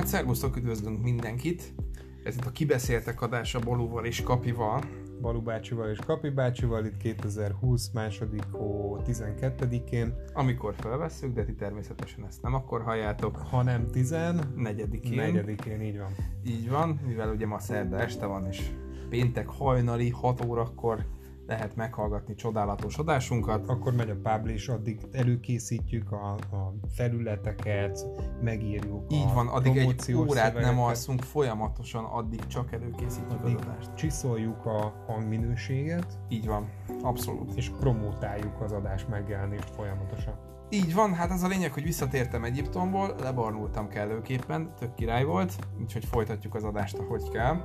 szervusztok, üdvözlünk mindenkit! Ez itt a Kibeszéltek adása Balúval és Kapival. Balú bácsival és Kapi bácsival itt 2020 második hó 12-én. Amikor felvesszük, de ti természetesen ezt nem akkor halljátok. Hanem 14-én. 4-én, így van. Így van, mivel ugye ma szerda este van, és péntek hajnali 6 órakor lehet meghallgatni csodálatos adásunkat. Akkor megy a publish, addig előkészítjük a felületeket, megírjuk így van, addig egy órát szövegeket. nem alszunk, folyamatosan addig csak előkészítjük Addig az adást. csiszoljuk a hangminőséget. Így van, abszolút. És promótáljuk az adás megjelenést folyamatosan. Így van, hát az a lényeg, hogy visszatértem Egyiptomból, lebarnultam kellőképpen, tök király volt, úgyhogy folytatjuk az adást, ahogy kell.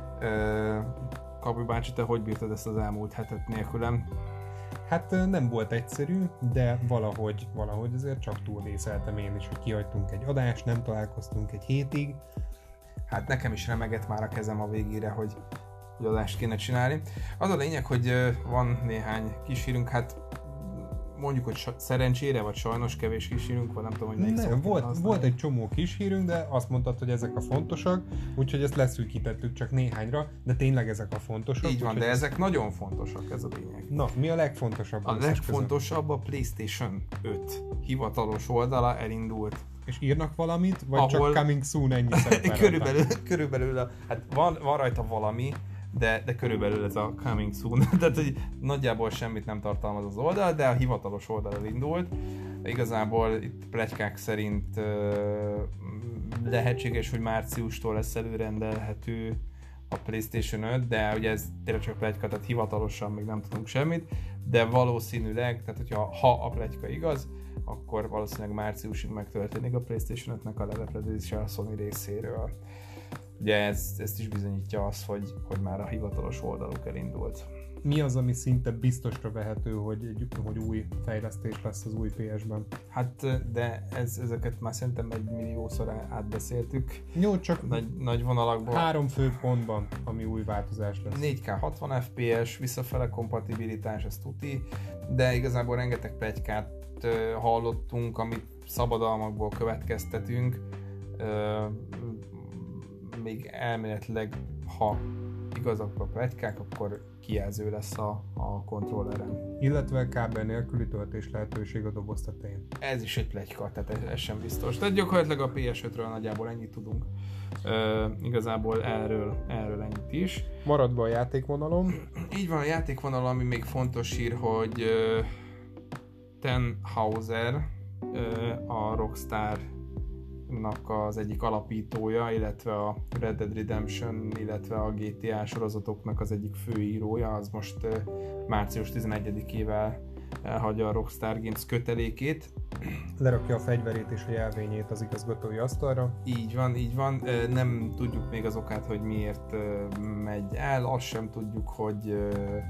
Kapi bácsi, te hogy bírtad ezt az elmúlt hetet nélkülem? Hát nem volt egyszerű, de valahogy azért csak túlrészeltem én is, hogy kihagytunk egy adást, nem találkoztunk egy hétig. Hát nekem is remegett már a kezem a végére, hogy adást kéne csinálni. Az a lényeg, hogy van néhány kis hírünk, hát mondjuk, hogy szerencsére, vagy sajnos kevés kis hírünk van, nem tudom, hogy melyik nem, volt egy csomó kis hírünk, de azt mondtad, hogy ezek a fontosak, úgyhogy ezt leszűkítettük csak néhányra, de tényleg ezek a fontosak. Így van, de ezek nagyon fontosak, ez a lényeg. Na, mi a legfontosabb? A legfontosabb a PlayStation 5 hivatalos oldala elindult. És írnak valamit, vagy csak coming soon ennyi körülbelül hát van rajta valami, de körülbelül ez a coming soon, tehát hogy nagyjából semmit nem tartalmaz az oldal, de a hivatalos oldal elindult. Igazából itt pletykák szerint lehetséges, hogy márciustól lesz előrendelhető a PlayStation 5, de ugye ez tényleg csak pletyka, tehát hivatalosan még nem tudunk semmit, de valószínűleg, tehát ha a pletyka igaz, akkor valószínűleg márciusig megtörténik a PlayStation 5-nek a lelepledése a Sony részéről. Ugye ezt is bizonyítja az, hogy már a hivatalos oldaluk elindult. Mi az, ami szinte biztosra vehető, hogy új fejlesztés lesz az új PS-ben? Hát, de ezeket már szerintem 1 milliószor átbeszéltük. Jó, csak nagy vonalakból. 3 fő pontban, ami új változás lesz. 4K 60 FPS, visszafele kompatibilitás, ez tuti, de igazából rengeteg pletykát hallottunk, amit szabadalmakból következtetünk. Még elméletileg, ha igazak a pletykák, akkor kijelző lesz a kontrolleren. Illetve kábel nélküli töltés lehetőség a doboz tetején. Ez is egy pletyka, tehát ez sem biztos. Tehát gyakorlatilag a PS5-ről nagyjából ennyit tudunk. Igazából erről ennyit is. Maradva a játékvonalom. Így van, a játékvonal, ami még fontos hír, hogy Ten Hauser, a Rockstar az egyik alapítója, illetve a Red Dead Redemption, illetve a GTA sorozatoknak az egyik főírója, az most március 11-ével elhagyja a Rockstar Games kötelékét. Lerakja a fegyverét és a jelvényét az igazgatói asztalra. Így van. Nem tudjuk még az okát, hogy miért megy el, azt sem tudjuk, hogy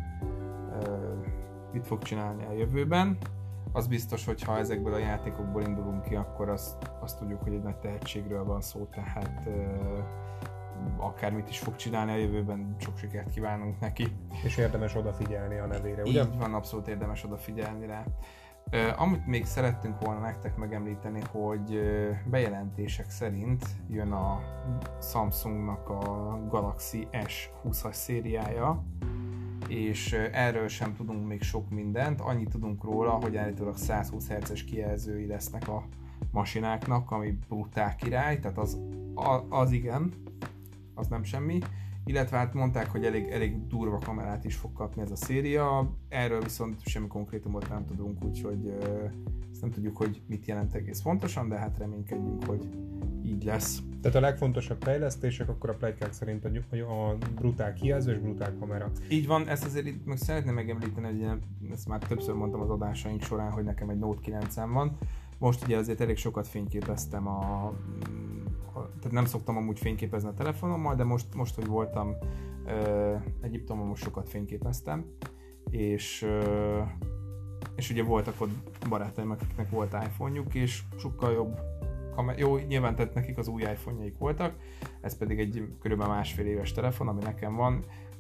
mit fog csinálni a jövőben. Az biztos, hogy ha ezekből a játékokból indulunk ki, akkor azt tudjuk, hogy egy nagy tehetségről van szó, tehát akármit is fog csinálni a jövőben, sok sikert kívánunk neki. És érdemes odafigyelni a nevére, ugye? Így van, abszolút érdemes odafigyelni rá. Amit még szerettünk volna nektek megemlíteni, hogy bejelentések szerint jön a Samsungnak a Galaxy S20-as szériája, és erről sem tudunk még sok mindent, annyit tudunk róla, hogy állítólag 120 Hz-es kijelzői lesznek a masináknak, ami brutál király, tehát az igen, az nem semmi, illetve hát mondták, hogy elég durva kamerát is fog kapni ez a széria, erről viszont semmi konkrétumot nem tudunk, úgyhogy ezt nem tudjuk, hogy mit jelent egész pontosan, de hát reménykedjünk, hogy így lesz. Tehát a legfontosabb fejlesztések akkor a pletykák szerint a brutál kijelző és brutál kamera. Így van, ezt azért itt meg szeretném megemlíteni, hogy ezt már többször mondtam az adásaink során, hogy nekem egy Note 9-em van. Most ugye azért elég sokat fényképeztem tehát nem szoktam amúgy fényképezni a telefonommal, de most hogy voltam Egyiptomban, most sokat fényképeztem, és ugye voltak ott barátaim, akiknek volt iPhone-juk, és sokkal jobb jó, nyilván tehát nekik az új iPhone-jaik voltak, ez pedig egy körülbelül 1,5 éves telefon, ami nekem van,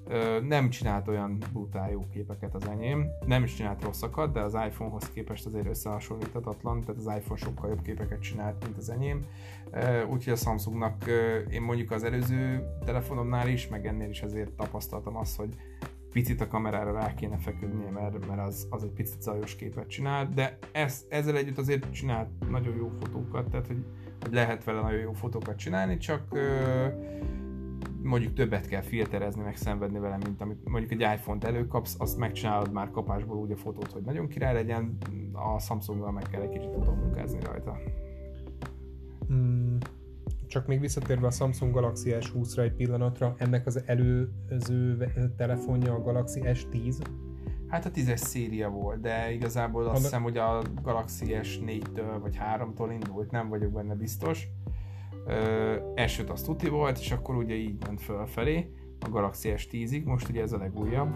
Nem csinált olyan brutál jó képeket az enyém, nem is csinált rosszakat, de az iPhone-hoz képest azért összehasonlíthatatlan, tehát az iPhone sokkal jobb képeket csinált, mint az enyém. Úgyhogy a Samsungnak én mondjuk az előző telefonomnál is, meg ennél is azért tapasztaltam azt, hogy picit a kamerára rá kéne feküdnie, mert az egy picit zajos képet csinál, de ezzel együtt azért csinált nagyon jó fotókat, tehát hogy lehet vele nagyon jó fotókat csinálni, csak mondjuk többet kell filterezni, meg szenvedni vele, mint amit mondjuk egy iPhone-t előkapsz, azt megcsinálod már kapásból úgy a fotót, hogy nagyon király legyen, a Samsunggal meg kell egy kicsit munkázni rajta. Csak még visszatérve a Samsung Galaxy S20-ra egy pillanatra, ennek az előző telefonja a Galaxy S10? Hát a 10-es széria volt, de igazából azt hiszem, hogy a Galaxy S4-től vagy 3-tól indult, nem vagyok benne biztos. S5 az tuti volt, és akkor ugye így ment fölfelé a Galaxy S10-ig, most ugye ez a legújabb,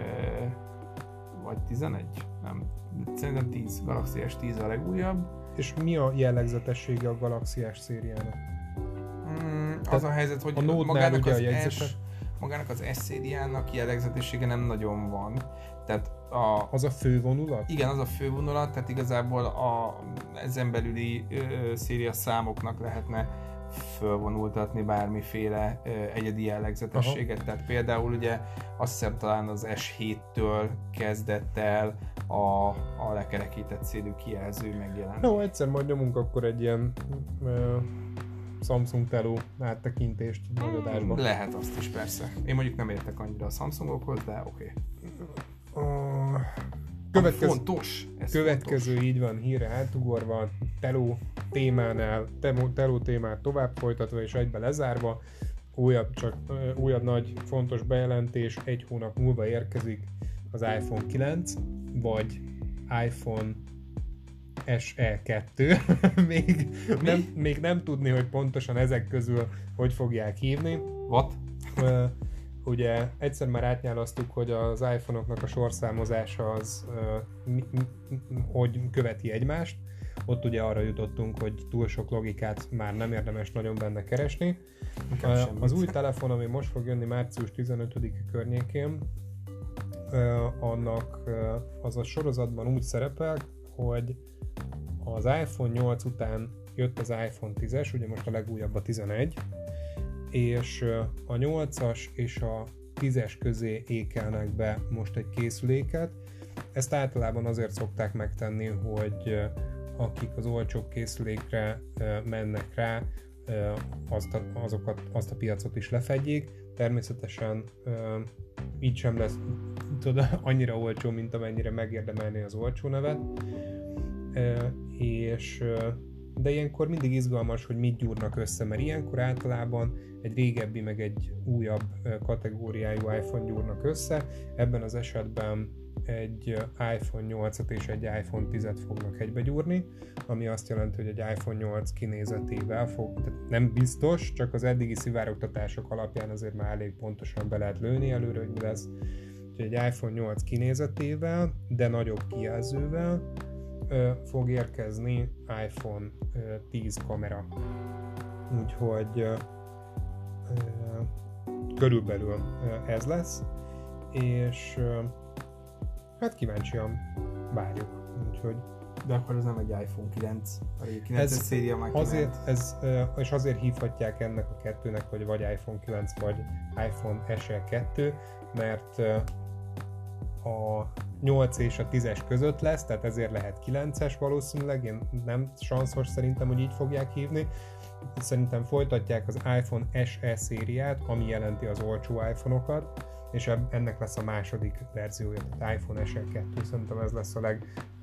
vagy 11? Nem, szerintem 10, Galaxy S10 a legújabb. És mi a jellegzetessége a Galaxy S szériának? Az a helyzet, hogy a magának az S szériának jellegzetessége nem nagyon van. Tehát az a fővonulat? Igen, az a fővonulat, tehát igazából ezen belüli széria számoknak lehetne fölvonultatni bármiféle egyedi jellegzetességet. Aha. Tehát például ugye azt hiszem talán az S7-től kezdett el a lekerekített szélű kijelző megjelenni. Jó, egyszer majd nyomunk akkor egy ilyen Samsung Teló áttekintést nagy adásban. Lehet azt is persze. Én mondjuk nem értek annyira a Samsungokhoz, de oké. Következő így van, hírre átugorva, Teló témát tovább folytatva és egybe lezárva, újabb nagy fontos bejelentés, 1 hónap múlva érkezik az iPhone 9, vagy iPhone SE 2. még nem tudni, hogy pontosan ezek közül hogy fogják hívni. What? Ugye egyszer már átnyálasztuk, hogy az iPhone-oknak a sorszámozása az hogy követi egymást. Ott ugye arra jutottunk, hogy túl sok logikát már nem érdemes nagyon benne keresni. Az új telefon, ami most fog jönni március 15-e környékén, annak az a sorozatban úgy szerepel, hogy az iPhone 8 után jött az iPhone 10-es, ugye most a legújabb a 11, és a 8-as és a 10-es közé ékelnek be most egy készüléket. Ezt általában azért szokták megtenni, hogy akik az olcsóbb készülékre mennek rá, azt a piacot is lefedjék. Természetesen így sem lesz annyira olcsó, mint amennyire megérdemelné az olcsó nevet. De ilyenkor mindig izgalmas, hogy mit gyúrnak össze, mert ilyenkor általában egy régebbi, meg egy újabb kategóriájú iPhone gyúrnak össze. Ebben az esetben egy iPhone 8-at és egy iPhone 10-et fognak egybe gyúrni, ami azt jelenti, hogy egy iPhone 8 kinézetével tehát nem biztos, csak az eddigi szivárogtatások alapján azért már elég pontosan be lehet lőni előre, hogy mi lesz. Úgyhogy egy iPhone 8 kinézetével, de nagyobb kijelzővel fog érkezni iPhone 10 kamera. Úgyhogy körülbelül ez lesz, és hát kíváncsian várjuk. Úgyhogy de akkor ez nem egy iPhone 9, vagy egy 9-es széria már és azért hívhatják ennek a kettőnek, hogy vagy iPhone 9, vagy iPhone SE 2, mert a 8 és a 10-es között lesz, tehát ezért lehet 9-es valószínűleg, én nem sanszos szerintem, hogy így fogják hívni. Szerintem folytatják az iPhone SE szériát, ami jelenti az olcsó iPhone-okat, és ennek lesz a második verziója, tehát iPhone SE 2, szerintem ez lesz a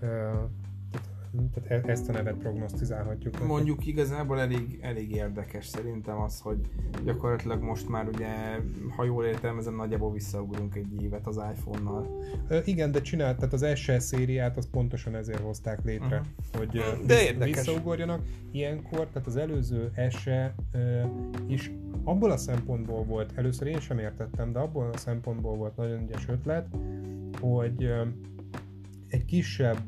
tehát ezt a nevet prognosztizálhatjuk. Mondjuk igazából elég érdekes szerintem az, hogy gyakorlatilag most már ugye, ha jól értelmezem, nagyjából visszaugrunk egy évet az iPhone-nal. Igen, de tehát az SE szériát az pontosan ezért hozták létre, hogy visszaugorjanak. Ilyenkor, tehát az előző SE is abból a szempontból volt, először én sem értettem, de abból a szempontból volt nagyon ügyes ötlet, hogy egy kisebb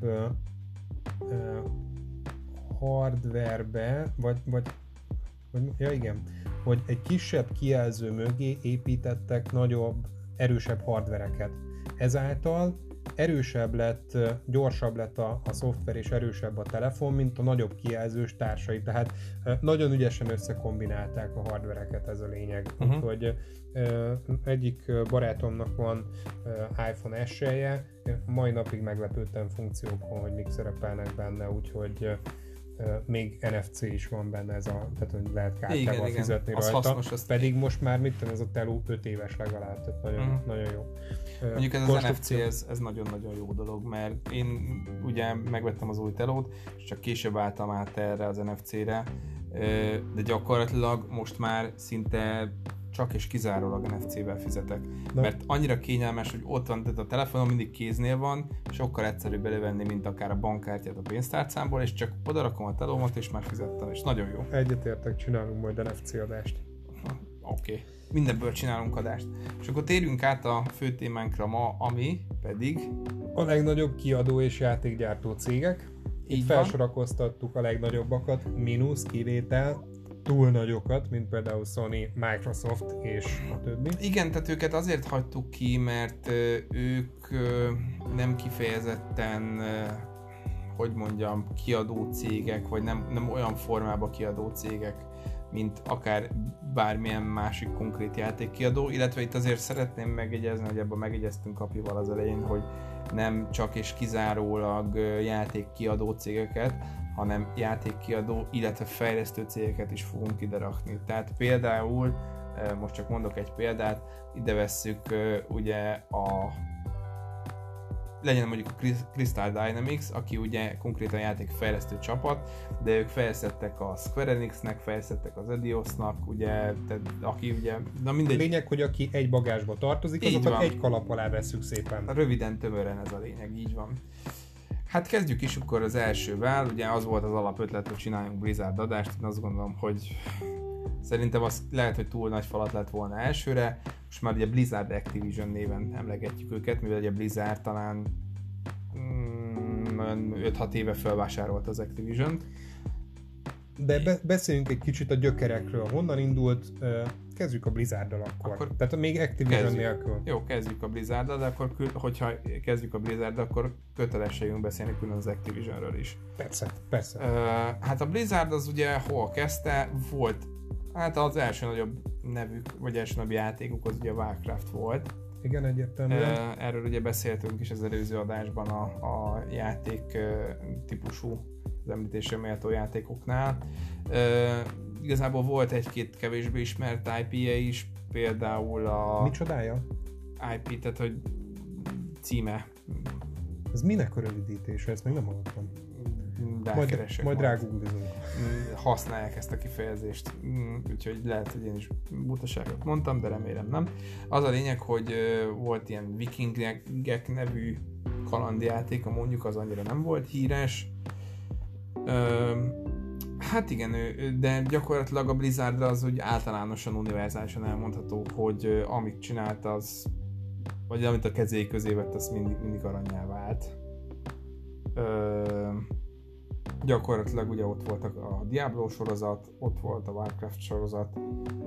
hardwarebe, hogy egy kisebb kijelző mögé építettek nagyobb erősebb hardvereket. Ezáltal erősebb lett, gyorsabb lett a szoftver és erősebb a telefon, mint a nagyobb kijelzős társai, tehát nagyon ügyesen összekombinálták a hardvereket, ez a lényeg. Úgyhogy egyik barátomnak van iPhone SE-je, mai napig meglepődtem funkciókon, hogy mik szerepelnek benne, úgyhogy még NFC is van benne, tehát hogy lehet kártyával fizetni rajta. Hasznos, pedig most már ez a teló 5 éves legalább, tehát nagyon, nagyon jó. Mondjuk ez az NFC, ez nagyon-nagyon jó dolog, mert én ugye megvettem az új telót, és csak később álltam át erre az NFC-re, de gyakorlatilag most már szinte csak és kizárólag NFC-vel fizetek. Mert annyira kényelmes, hogy ott van, tehát a telefonom mindig kéznél van, sokkal egyszerűbb elővenni, mint akár a bankkártyát a pénztárcámból, és csak odarakom a telómat, és már fizettem, és nagyon jó. Egyetértek, csinálunk majd NFC adást. Oké. Mindenből csinálunk adást. És akkor térjünk át a fő témánkra ma, ami pedig... a legnagyobb kiadó és játékgyártó cégek. Itt felsorakoztattuk a legnagyobbakat, mínusz, kivétel, túl nagyokat, mint például Sony, Microsoft és a többi. Igen, tehát őket azért hagytuk ki, mert ők nem kifejezetten, hogy mondjam, kiadó cégek, vagy nem olyan formában kiadó cégek, mint akár bármilyen másik konkrét játékkiadó, illetve itt azért szeretném megjegyezni, hogy ebben megjegyeztünk Kapival az elején, hogy nem csak és kizárólag játékkiadó cégeket, hanem játékkiadó, illetve fejlesztő cégeket is fogunk ide rakni. Tehát például, most csak mondok egy példát, ide vesszük ugye legyen mondjuk a Crystal Dynamics, aki ugye konkrétan játékfejlesztő csapat, de ők fejlesztettek a Square Enixnek, fejlesztettek az Eidos-nak, ugye, tehát aki ugye, na mindegy. Lényeg, hogy aki egy bagásba tartozik, azokat egy kalap alá vesszük szépen. Röviden, tömören ez a lényeg, így van. Hát kezdjük is akkor az elsővel, ugye az volt az alapötlet, hogy csináljunk Blizzard adást, én azt gondolom, hogy szerintem az lehet, hogy túl nagy falat lett volna elsőre, most már ugye Blizzard Activision néven emlegetjük őket, mivel ugye Blizzard talán 5-6 éve felvásárolt az Activision-t. De beszéljünk egy kicsit a gyökerekről, honnan indult, kezdjük a Blizzarddal akkor. Tehát még Activision nélkül. Jó, kezdjük a Blizzarddal, de akkor hogyha kezdjük a Blizzarddal, akkor kötelességünk beszélni külön az Activisionről is. Persze. Hát a Blizzard az ugye hol kezdte, volt, hát az első nagyobb nevük, vagy első nagyobb játékuk az ugye a Warcraft volt. Igen, egyértelműen. Erről ugye beszéltünk is az előző adásban a játék típusú, az említésre méltó játékoknál. Igazából volt egy-két kevésbé ismert IP-je is, például a... Micsodája? IP, tehát hogy címe. Ez minek a rövidítése? Ezt még nem hallottam. Majd rágooglizunk. Használják ezt a kifejezést, úgyhogy lehet, hogy én is butaságot mondtam, de remélem nem. Az a lényeg, hogy volt ilyen Vikingek nevű kalandjáték, mondjuk az annyira nem volt híres. Hát igen, de gyakorlatilag a Blizzardra az úgy általánosan univerzálisan elmondható, hogy amit csinált az, vagy amit a kezéi közé vett, az mindig arannyá vált. Gyakorlatilag ugye ott volt a Diablo sorozat, ott volt a Warcraft sorozat,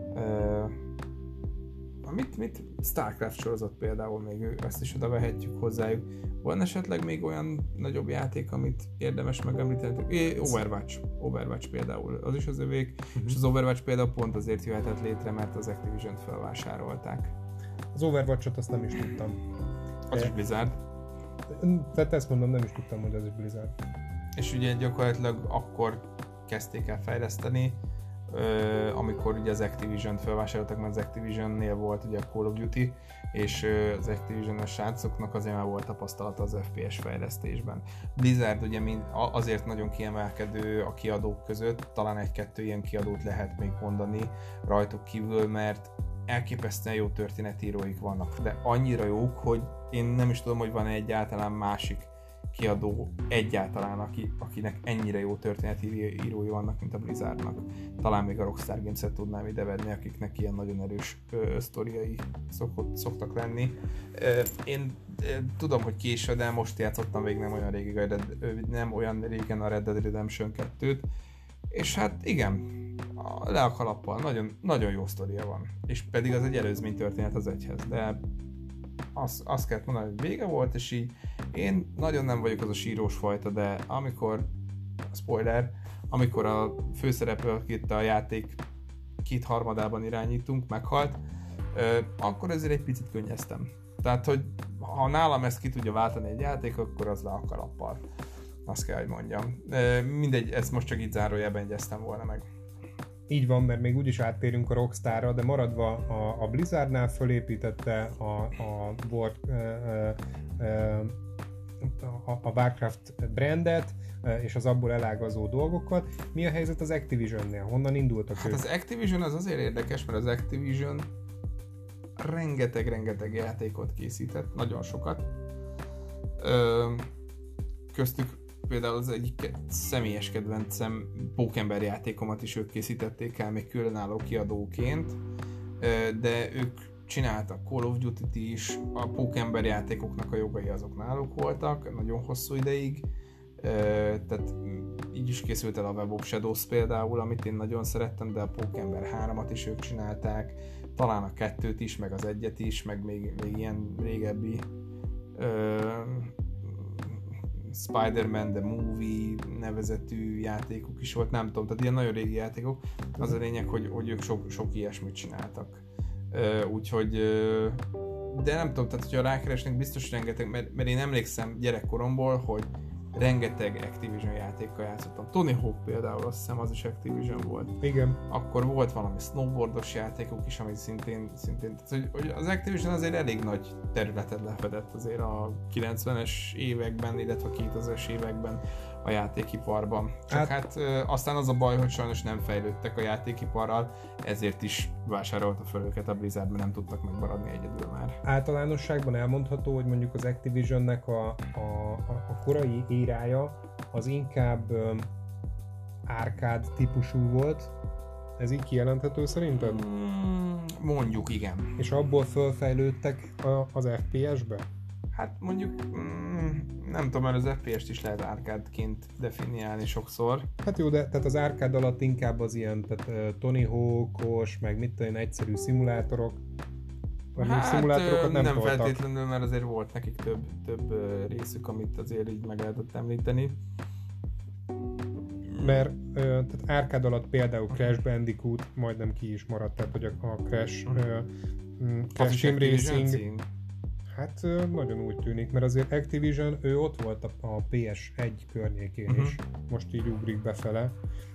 Starcraft sorozat például, még ezt is oda vehetjük hozzájuk. Van esetleg még olyan nagyobb játék, amit érdemes megemlíteni? Overwatch például, az is az övék, és az Overwatch például pont azért jöhetett létre, mert az Activision-t felvásárolták. Az Overwatch-ot azt nem is tudtam. Az is Blizzard. Tehát ezt mondom, nem is tudtam, hogy az is Blizzard. És ugye gyakorlatilag akkor kezdték el fejleszteni, amikor ugye az Activision-t felvásároltak, mert az Activision-nél volt ugye a Call of Duty, és az Activision-es srácoknak azért már volt tapasztalata az FPS fejlesztésben. Blizzard ugye azért nagyon kiemelkedő a kiadók között, talán egy-kettő ilyen kiadót lehet még mondani rajtuk kívül, mert elképesztően jó történetíróik vannak, de annyira jók, hogy én nem is tudom, hogy van-e egyáltalán másik kiadó egyáltalán, akinek ennyire jó történetírói vannak, mint a Blizzardnak. Talán még a Rockstar Games-et tudnám idevenni, akiknek ilyen nagyon erős sztoriai szoktak lenni. Én tudom, hogy késő, de most játszottam még nem olyan régen a Red Dead Redemption 2-t, és hát igen, le a kalappal, nagyon, nagyon jó sztoria van. És pedig az egy előzmény történet az egyhez, de azt kellett mondani, hogy vége volt, és így én nagyon nem vagyok az a sírós fajta, de amikor, spoiler, amikor a főszereplő, akit a játék 2/3 irányítunk, meghalt, akkor ezért egy picit könnyeztem. Tehát, hogy ha nálam ezt ki tudja váltani egy játék, akkor az le a kalappal. Azt kell, hogy mondjam. Mindegy, ezt most csak így zárójelben egyeztem volna meg. Így van, mert még úgyis áttérünk a Rockstarra, de maradva a Blizzardnál fölépítette a Warcraft brandet, és az abból elágazó dolgokat. Mi a helyzet az Activisionnél? Honnan indultak ők? Hát az Activision az azért érdekes, mert az Activision rengeteg játékot készített, nagyon sokat. Köztük például az egyik személyes kedvencem, Pókember játékomat is ők készítették el még különálló kiadóként, de ők csináltak Call of Duty-t is, a Pókember játékoknak a jogai azok náluk voltak, nagyon hosszú ideig, tehát így is készült el a Web of Shadows például, amit én nagyon szerettem, de a Pókember 3-at is ők csinálták, talán a 2-t is, meg az 1-et is, meg még ilyen régebbi Spider-Man The Movie nevezetű játékok is volt, nem tudom, tehát ilyen nagyon régi játékok. Az a lényeg, hogy ők sok ilyesmit csináltak. Úgyhogy, de nem tudom, tehát hogyha rákeresnek, biztos rengeteg, mert én emlékszem gyerekkoromból, hogy rengeteg Activision játékkal játszottam. Tony Hawk például, azt hiszem az is Activision volt. Igen. Akkor volt valami snowboardos játékok is, ami szintén tehát, hogy az Activision azért elég nagy területet lefedett azért a 90-es években, illetve a 2000-es években a játékiparban. Csak hát aztán az a baj, hogy sajnos nem fejlődtek a játékiparral, ezért is vásárolta fel őket a Blizzard, mert nem tudtak megmaradni egyedül már. Általánosságban elmondható, hogy mondjuk az Activisionnek a korai érája az inkább árkád típusú volt. Ez így kijelenthető szerinted? Mondjuk igen. És abból fölfejlődtek az FPS-be? Hát mondjuk nem tudom, mert az FPS-t is lehet árkádként definiálni sokszor. Hát jó, de tehát az árkád alatt inkább az ilyen, tehát Tony Hawk-os, meg mit tudom, egyszerű szimulátorok. Hát szimulátorokat nem feltétlenül, mert azért volt nekik több részük, amit azért így meg lehetett említeni. Mert tehát árkád alatt például Crash Bandicoot majdnem ki is maradt, tehát hogy a Crash Team Racing. Hát nagyon úgy tűnik, mert azért Activision, ő ott volt a PS1 környékén is, most így ugrik befele,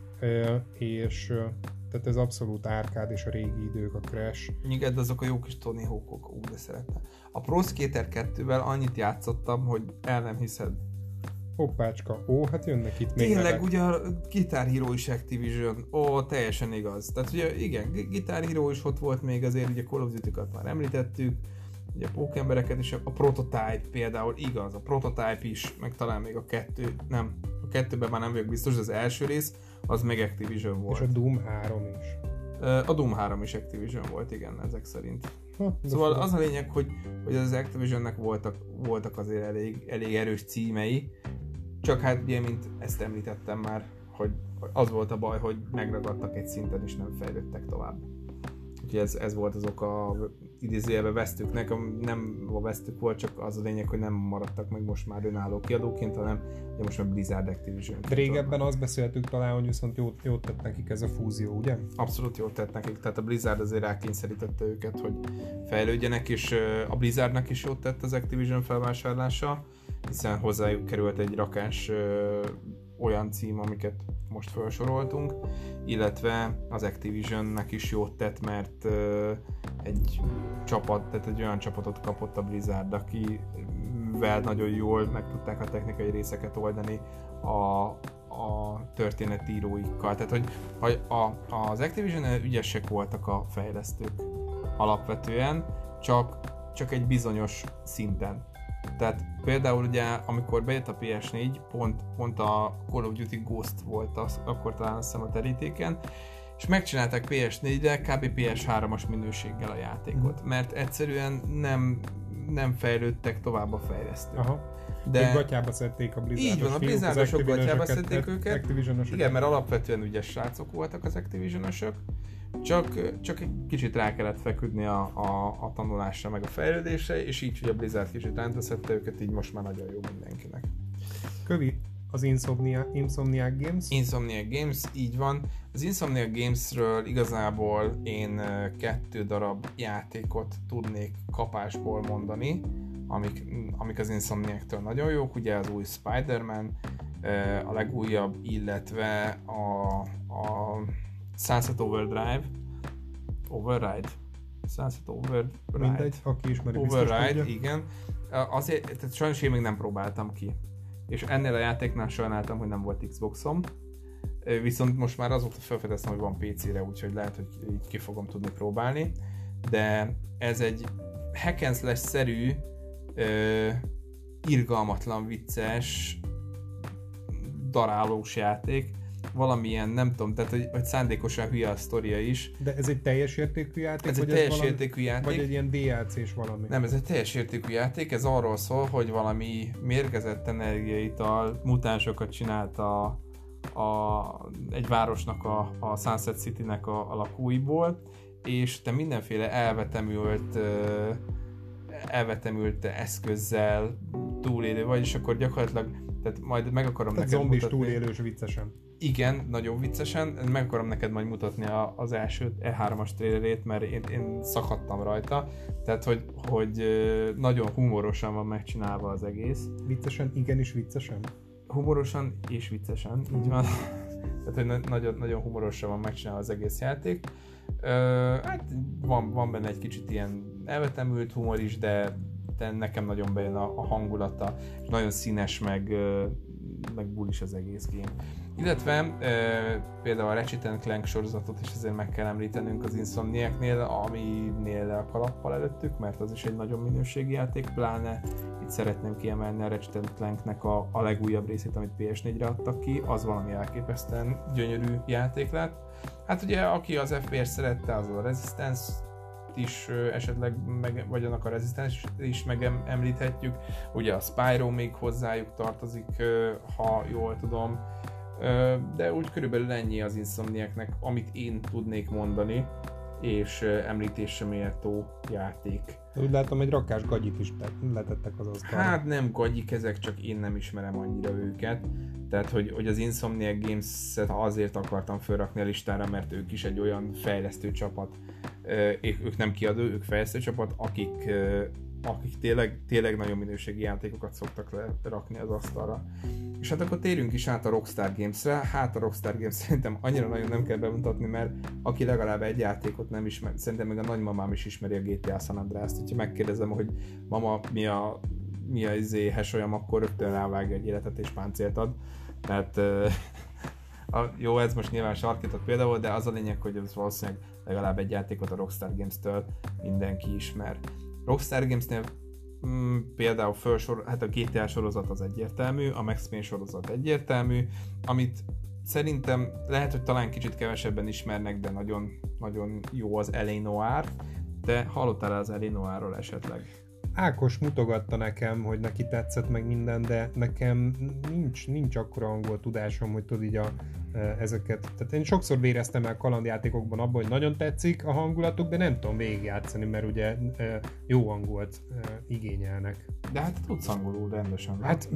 és tehát ez abszolút árkád és a régi idők, a Crash. Igen, de azok a jó kis Tony Hawkok, de szerettem. A Pro Skater 2-vel annyit játszottam, hogy el nem hiszed. Hoppácska, hát jönnek itt még tényleg, nevek. ugye a Guitar Hero is Activision, teljesen igaz. Tehát ugye igen, Guitar Hero is ott volt még, azért ugye Call of Duty-kat már említettük, ugye a Pókembereket is, a Prototype például igaz, a Prototype is, meg talán még a 2-ben már nem vagyok biztos, de az első rész, az meg Activision volt. És a Doom 3 is. A Doom 3 is Activision volt, igen, ezek szerint. Szóval az a lényeg, hogy az Activisionnek voltak azért elég erős címei, csak hát ugye, mint ezt említettem már, hogy az volt a baj, hogy megragadtak egy szinten és nem fejlődtek tovább. Úgyhogy ez volt az oka idézőjelben vesztüknek, nem a vesztük volt, csak az a lényeg, hogy nem maradtak meg most már önálló kiadóként, hanem ugye most már Blizzard Activision. Régebben azt beszéltük talán, hogy viszont jót tett nekik ez a fúzió, ugye? Abszolút jót tett nekik, tehát a Blizzard azért rákényszerítette őket, hogy fejlődjenek, és a Blizzardnak is jót tett az Activision felvásárlása, hiszen hozzájuk került egy rakás olyan cím, amiket most felsoroltunk, illetve az Activisionnek is jót tett, mert egy olyan csapatot kapott a Blizzard, akivel nagyon jól meg tudták a technikai részeket oldani a történetíróikkal. Tehát, hogy az Activision ügyesek voltak a fejlesztők alapvetően, csak egy bizonyos szinten. Tehát például ugye, amikor bejött a PS4, pont a Call of Duty Ghost volt akkor talán azt hiszem a terítéken, és megcsinálták PS4-re kb. PS3-as minőséggel a játékot, mert egyszerűen nem fejlődtek tovább a fejlesztők. Aha. De gatyába szedték a Blizzardos így van, a Blizzardosok gatyába szedték őket. Activision-ösöket. Igen, mert alapvetően ügyes srácok voltak az Activision-ösök. Csak egy kicsit rá kellett feküdni a tanulásra, meg a fejlődésre, és így, hogy a Blizzard kicsit rántaszette őket, így most már nagyon jó mindenkinek. Kövi, az Insomniac Games. Insomniac Games, így van. Az Insomniac Gamesről igazából én 2 darab játékot tudnék kapásból mondani, amik az Insomniac-től nagyon jók, ugye az új Spider-Man, a legújabb, illetve a Sunset Override. Mindegy, aki ismeri, Override, igen. Azért, tehát sajnos én még nem próbáltam ki. És ennél a játéknál sajnáltam, hogy nem volt Xboxom. Viszont most már azóta felfedeztem, hogy van PC-re, úgyhogy lehet, hogy így ki fogom tudni próbálni. De ez egy hack and slash-szerű, irgalmatlan, vicces, darálós játék. Valamilyen, nem tudom, tehát hogy szándékosan hülye a sztoria is. De ez egy teljes értékű játék? Ez egy teljes értékű játék. Vagy egy ilyen DLC-s valami? Nem, ez egy teljes értékű játék, ez arról szól, hogy valami mérgezett energiaital mutánsokat csinált egy városnak, a Sunset City-nek a lakóiból, és te mindenféle elvetemült eszközzel túlélő vagy, és akkor gyakorlatilag, tehát majd meg akarom neked zombis mutatni. túlélős viccesen. Igen, nagyon viccesen, meg akarom neked majd mutatni az első E3-as trailerét, mert én szakadtam rajta, tehát hogy nagyon humorosan van megcsinálva az egész. Viccesen, igenis viccesen? Humorosan és viccesen, így van. Tehát, hogy nagyon humorosan van megcsinálva az egész játék. Hát van benne egy kicsit ilyen elvetemült humor is, de nekem nagyon bejön a hangulata, és nagyon színes, meg bulis az egész game. Illetve például a Ratchet & Clank sorozatot is azért meg kell említenünk az Insomniacnél, aminél a kalappal előttük, mert az is egy nagyon minőségi játék, pláne itt szeretném kiemelni a Ratchet & Clanknek a legújabb részét, amit PS4-re adtak ki, az valami elképesztően gyönyörű játék lett. Hát ugye aki az FPS szerette, az a Resistance is esetleg, vagy annak a Resistance is megemlíthetjük, ugye a Spyro még hozzájuk tartozik, ha jól tudom, de úgy körülbelül ennyi az Insomniacnek, amit én tudnék mondani, és említésre méltó játék. Úgy látom, egy rakás gagyit is letettek az asztalra. Hát nem gagyik ezek, csak én nem ismerem annyira őket. Tehát, hogy az Insomniac Games-et azért akartam felrakni a listára, mert ők is egy olyan fejlesztő csapat, ők nem kiadó, ők fejlesztő csapat, akik tényleg nagyon minőségi játékokat szoktak rakni az asztalra. És hát akkor térjünk is át a Rockstar Games-re. Hát a Rockstar Games szerintem annyira nagyon nem kell bemutatni, mert aki legalább egy játékot nem ismer, szerintem még a nagymamám is ismeri a GTA San Andreas-t. Hogyha megkérdezem, hogy mama, mi a hasolyam, akkor rögtön rávágja egy életet és páncélt ad. Tehát jó, ez most nyilván sarkított példa volt, de az a lényeg, hogy ez valószínűleg legalább egy játékot a Rockstar Games-től mindenki ismer. Rockstar Games-nél például hát a GTA sorozat az egyértelmű, a Max Payne sorozat egyértelmű, amit szerintem lehet, hogy talán kicsit kevesebben ismernek, de nagyon, nagyon jó az L.A. Noire. De hallottál az L.A. Noire-ról esetleg? Ákos mutogatta nekem, hogy neki tetszett meg minden, de nekem nincs akkora angol tudásom, hogy tudod így ezeket. Tehát én sokszor véreztem el kalandjátékokban abban, hogy nagyon tetszik a hangulatuk, de nem tudom végigjátszani, mert ugye jó angolt igényelnek. De hát tudsz angolul rendesen. Hát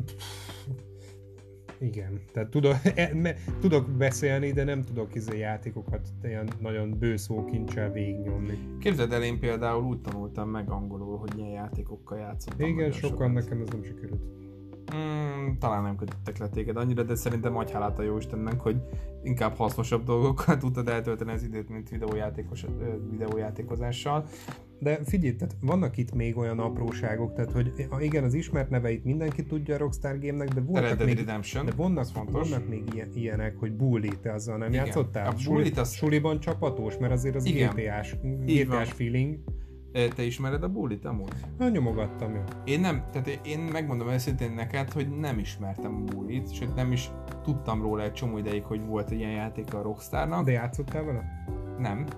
igen, tehát tudok beszélni, de nem tudok játékokat ilyen nagyon bőszókincsel végignyomni. Képzeld el, én például úgy tanultam meg angolul, hogy ilyen játékokkal játszottam. Igen, sokan nekem ez nem sikerült. Talán nem kötöttek le téged annyira, de szerintem adj hálát a Jóistennek, hogy inkább hasznosabb dolgokkal tudtad eltölteni az időt, mint videójátékozással. De figyelj, tehát vannak itt még olyan apróságok, tehát hogy igen, az ismert neveit mindenki tudja a Rockstar Game-nek, de vannak még ilyenek, hogy Bully, te azzal nem játszottál? Suliban csapatós, mert azért az GTA-s feeling. Te ismered a Bullyt amúgy? Na, nyomogattam, jó. Én megmondom őszintén neked, hogy nem ismertem a Bullyt, sőt nem is tudtam róla egy csomó ideig, hogy volt ilyen játék a Rockstarnak. De játszottál vele? Nem.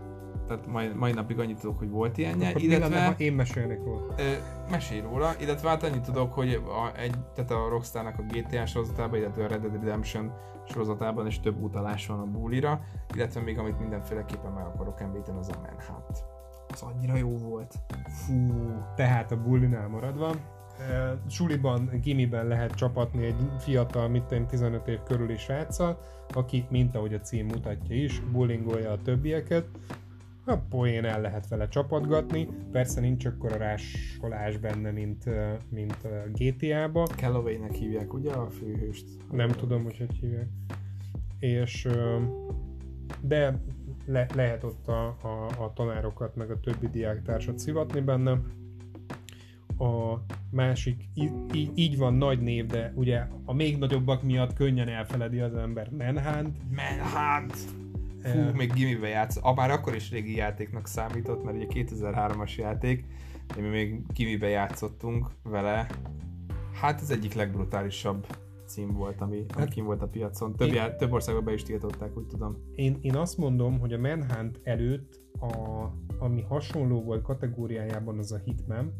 tehát mai napig annyit tudok, hogy volt ilyenje, Akkor illetve... mi lenne, ha én mesélnék róla? Mesélj róla, illetve hát annyit tudok, hogy tehát a Rockstarnak a GTA sorozatában, illetve a Red Dead Redemption sorozatában is több utalás van a Bullira, illetve még amit mindenféleképpen meg akarok említeni, az a Manhunt. Az annyira jó volt. Fú, tehát a Bullinál maradva. Suliban, gimiben lehet csapatni egy fiatal, 15 év körüli sráccal, aki, mint ahogy a cím mutatja is, bullingolja a többieket. A poén el lehet vele csapatgatni, persze nincs akkora rásolás benne, mint a GTA-ba. Calloway-nek hívják, ugye, a főhőst? Nem tudom, hogy hívják. És, de lehet ott a tanárokat, meg a többi diáktársat szivatni benne. A másik, így van nagy név, de ugye a még nagyobbak miatt könnyen elfeledi az ember, Manhunt. Fú, még gimibe játsz. Már akkor is régi játéknak számított, mert ugye 2003-as játék, de mi még gimibe játszottunk vele. Hát az egyik legbrutálisabb cím volt, ami kim volt a piacon. Több országban be is tiltották, úgy tudom. Én azt mondom, hogy a Manhunt előtt, ami hasonló volt kategóriájában, az a Hitman,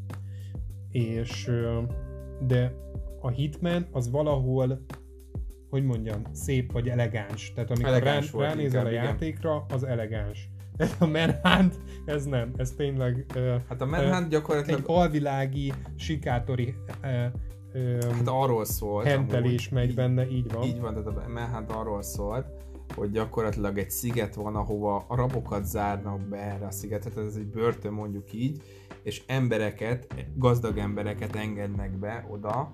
de a Hitman az valahol, hogy mondjam, szép vagy elegáns. Tehát amikor ránézel a játékra, az elegáns. A Manhunt, ez nem, ez tényleg hát a Manhunt gyakorlatilag egy alvilági, sikátori hát arról szólt, hentelés megy benne, így van. Így van, tehát a Manhunt arról szólt, hogy gyakorlatilag egy sziget van, ahova a rabokat zárnak be erre a szigetet, ez egy börtön mondjuk így, és gazdag embereket engednek be oda,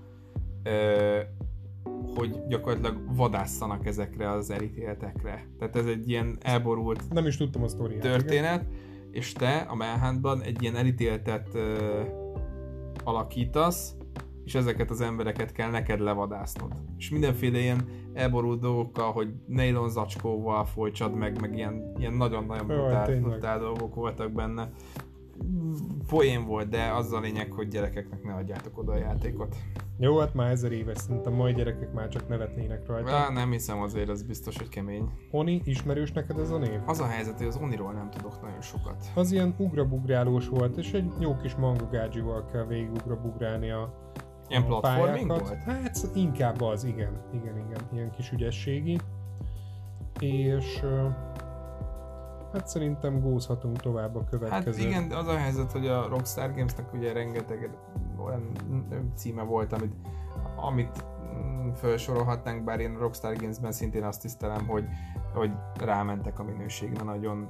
hogy gyakorlatilag vadásszanak ezekre az elítéltekre. Tehát ez egy ilyen elborult nem is tudtam a sztoriát, történet, igen. És te a Manhuntban egy ilyen elítéltet alakítasz, és ezeket az embereket kell neked levadásznod. És mindenféle ilyen elborult dolgokkal, hogy nylon zacskóval folytsad meg ilyen nagyon-nagyon brutál dolgok voltak benne. Poén volt, de az a lényeg, hogy gyerekeknek ne adjátok oda a játékot. Jó, hát már 1000 éves, szerintem mai gyerekek már csak nevetnének rajta. Nem hiszem, azért az biztos, hogy kemény. Oni, ismerős neked ez a név? Az a helyzet, hogy az Oniról nem tudok nagyon sokat. Az ilyen ugrabugrálós volt, és egy jó kis mangogágyival kell végig ugrabugrálni ilyen platforming volt? Hát inkább az, igen, ilyen kis ügyességi. És hát szerintem gózhatunk tovább a következő. Hát igen, az a helyzet, hogy a Rockstar Gamesnek ugye rengeteg olyan címe volt, amit felsorolhatnánk, bár én a Rockstar Gamesben szintén azt tisztelem, hogy rámentek a minőségre nagyon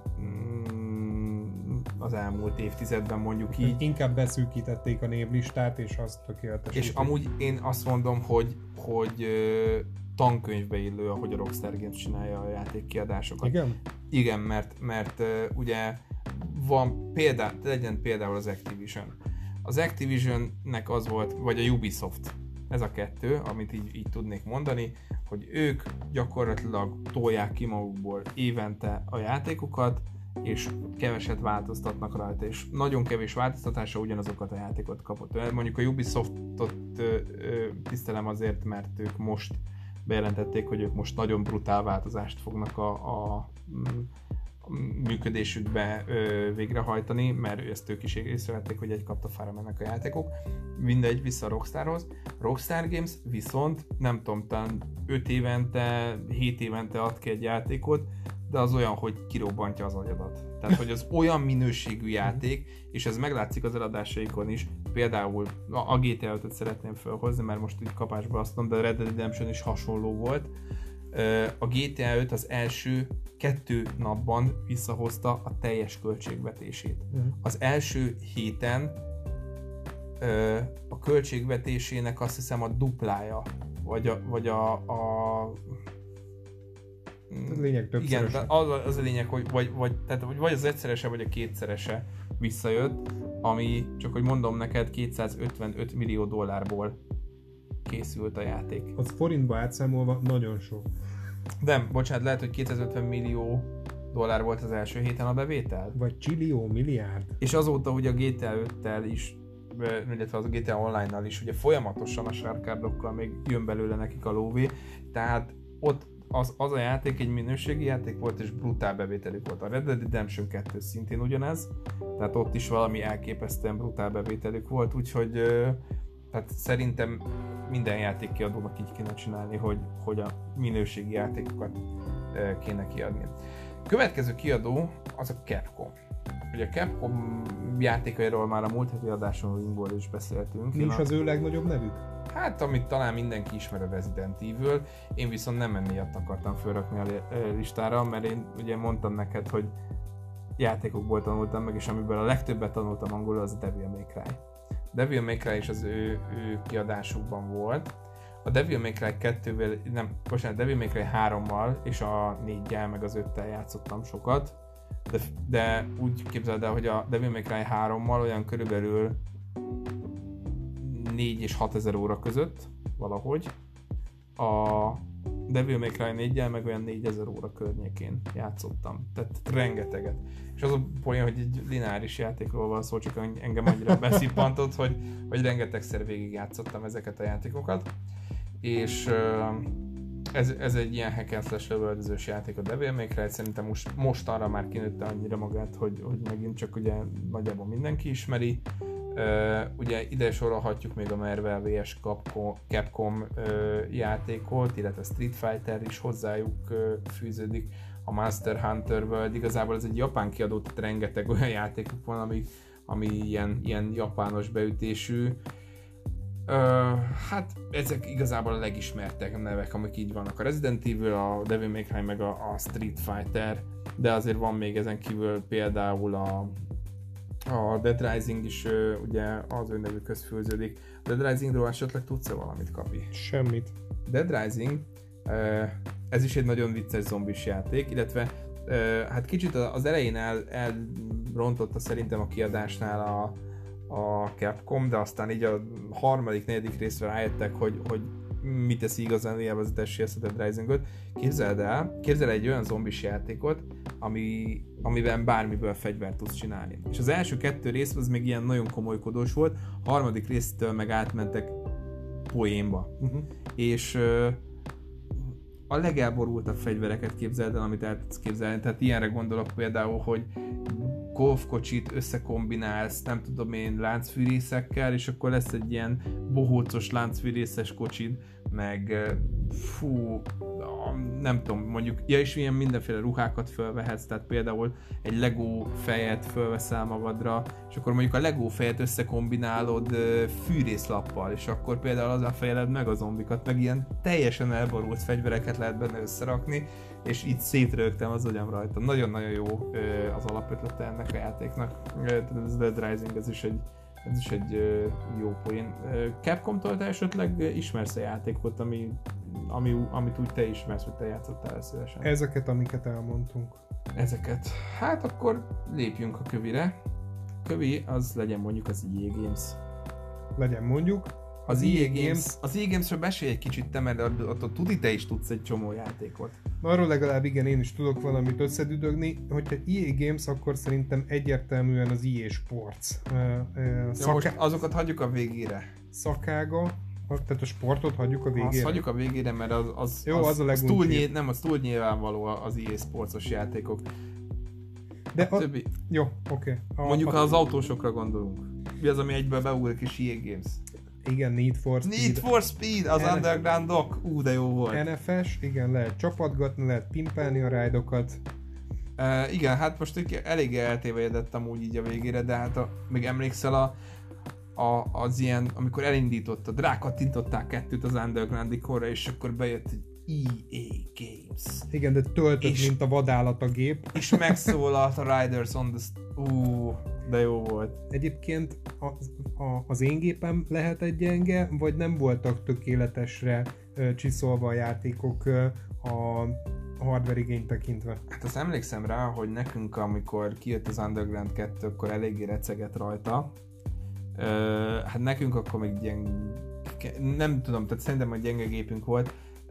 az elmúlt évtizedben, mondjuk így. Inkább beszűkítették a névlistát, és azt tökéletesítik. És amúgy én azt mondom, hogy tankönyvbe illő, ahogy a Rockstar Games csinálja a játékkiadásokat. Igen? Igen, mert ugye van legyen például az Activision. Az Activisionnek az volt, vagy a Ubisoft, ez a kettő, amit így tudnék mondani, hogy ők gyakorlatilag tolják ki magukból évente a játékokat, és keveset változtatnak rajta, és nagyon kevés változtatásra ugyanazokat a játékot kapott. Mondjuk a Ubisoftot tisztelem azért, mert ők most bejelentették, hogy ők most nagyon brutál változást fognak a működésükbe végrehajtani, mert ezt ők is észrevették, hogy egy kaptafára mennek a játékok. Mindegy, vissza a Rockstarhoz. Rockstar Games viszont nem tudom, talán 5 évente, 7 évente ad ki egy játékot, de az olyan, hogy kirobbantja az agyadat. Tehát, hogy az olyan minőségű játék, és ez meglátszik az eladásaikon is, például a GTA 5-öt szeretném felhozni, mert most így kapásba azt mondom, de a Red Dead Redemption is hasonló volt. A GTA 5 az első 2 napban visszahozta a teljes költségvetését. Az első héten a költségvetésének azt hiszem a duplája, vagy a lényeg többszöröse. Igen, az a lényeg, hogy vagy az egyszerese, vagy a kétszerese visszajött, ami, csak hogy mondom neked, $255 millió készült a játék. Az forintba átszámolva nagyon sok. Nem, bocsánat, lehet, hogy $250 millió volt az első héten a bevétel. Vagy csillió, milliárd. És azóta ugye a GTA 5-tel is, illetve az a GTA Online-nal is ugye folyamatosan a sárkárdokkal még jön belőle nekik a lóvé, tehát ott az a játék egy minőségi játék volt, és brutál bevételük volt. A Red Dead Redemption 2 szintén ugyanez, tehát ott is valami elképesztően brutál bevételük volt, úgyhogy tehát szerintem minden játékkiadónak így kéne csinálni, hogy a minőségi játékokat kéne kiadni. Következő kiadó az a Capcom. Ugye a Capcom játékairól már a múlt heti adásunkból is beszéltünk. Mi is az ő legnagyobb nevük? Hát, amit talán mindenki ismer, a Resident Evil. Én viszont nem emiatt akartam felrakni a listára, mert én ugye mondtam neked, hogy játékokból tanultam meg, és amiből a legtöbbet tanultam angolul, az a Devil May Cry. Devil May Cry is az ő kiadásukban volt. A Devil May Cry 2-vel, Devil May Cry 3-mal és a 4-jel meg az 5-tel játszottam sokat. De úgy képzeld el, hogy a Devil May Cry 3-mal olyan körülbelül 4 és 6 ezer óra között valahogy. A Devil May Cry 4-jel meg olyan 4000 óra környékén játszottam. Tehát rengeteget. És az a poén, hogy egy lineáris játékról van szó, csak engem annyira beszippantott, hogy rengetegszer végig játszottam ezeket a játékokat. És ez egy ilyen hack and slash lövöldözős játék, a Devil May Cry, szerintem most arra már kinőtte annyira magát, hogy megint csak ugye nagyjából mindenki ismeri. Ugye ide sorolhatjuk még a Marvel vs Capcom játékot, illetve Street Fighter is hozzájuk fűződik, a Monster Hunter World, igazából ez egy japán kiadó, tehát rengeteg olyan játékuk van, ami ilyen japános beütésű. Hát ezek igazából a legismertebb nevek, amik így vannak. A Resident Evil, a Devil May Cry meg a Street Fighter, de azért van még ezen kívül például a Dead Rising is ugye az ő nevükhöz fűződik. A Dead Risingról esetleg tudsz-e valamit, Kapi? Semmit. Dead Rising, ez is egy nagyon vicces zombis játék, illetve hát kicsit az elején elrontotta szerintem a kiadásnál a Capcom, de aztán így a harmadik, negyedik részre rájöttek, hogy mit teszi igazán élvezetessé ezt a Dead Rising-öt. Képzeld egy olyan zombis játékot, amiben bármiből fegyvert tudsz csinálni. És az első 2 rész az még ilyen nagyon komolykodós volt, a harmadik résztől meg átmentek poénba. És a legelborultabb fegyvereket képzeld el, amit el tudsz képzelni. Tehát ilyenre gondolok például, hogy golfkocsit összekombinálsz, nem tudom én, láncfűrészekkel, és akkor lesz egy ilyen bohócos láncfűrészes kocsid, meg nem tudom, mondjuk, és ilyen mindenféle ruhákat fölvehetsz, tehát például egy Lego fejet fölveszel magadra, és akkor mondjuk a Lego fejet összekombinálod fűrészlappal, és akkor például azzal fejeled meg a zombikat, meg ilyen teljesen elborult fegyvereket lehet benne összerakni, és így szétrögtem az agyam rajta. Nagyon-nagyon jó az alapötlete ennek a játéknak. Ez a Dead Rising, ez is egy jó poén. Capcom-tól te esetleg ismersz a játékot, amit úgy te ismersz, hogy te játszottál szívesen? Ezeket, amiket elmondtunk. Ezeket. Hát akkor lépjünk a kövire. Kövi az legyen mondjuk az EA Games. Legyen mondjuk. Az EA Games-ről mesélj egy kicsit te, mert attól tudni te is tudsz egy csomó játékot. Arról legalább igen, én is tudok valamit összedüdögni. Hogyha EA Games, akkor szerintem egyértelműen az EA Sports. Most azokat hagyjuk a végére. Szakága, tehát a sportot hagyjuk a végére. Azt hagyjuk a végére, mert az túl nyilvánvaló az EA Sports-os játékok. De többi... Jó, oké. Mondjuk ha az autósokra gondolunk. Mi az, ami egyből beugrik is EA Games? Igen, Need for Speed, az Underground-ok, de jó volt. NFS, igen, lehet csapatgatni, lehet pimpelni a rájdokat. Igen, hát most elég eltévejedett amúgy így a végére, de hát még emlékszel az ilyen, amikor elindított, rákattintották 2-t az Underground-ikorra, és akkor bejött egy EA Games. Igen, de töltött, mint a vadállat a gép. És megszólalt a Riders on the... de jó volt. Egyébként az én gépem lehet egy gyenge, vagy nem voltak tökéletesre csiszolva a játékok a hardware igényt tekintve? Hát azt emlékszem rá, hogy nekünk, amikor kijött az Underground 2, akkor eléggé recegett rajta. Hát nekünk akkor még nem tudom, tehát szerintem egy gyenge gépünk volt.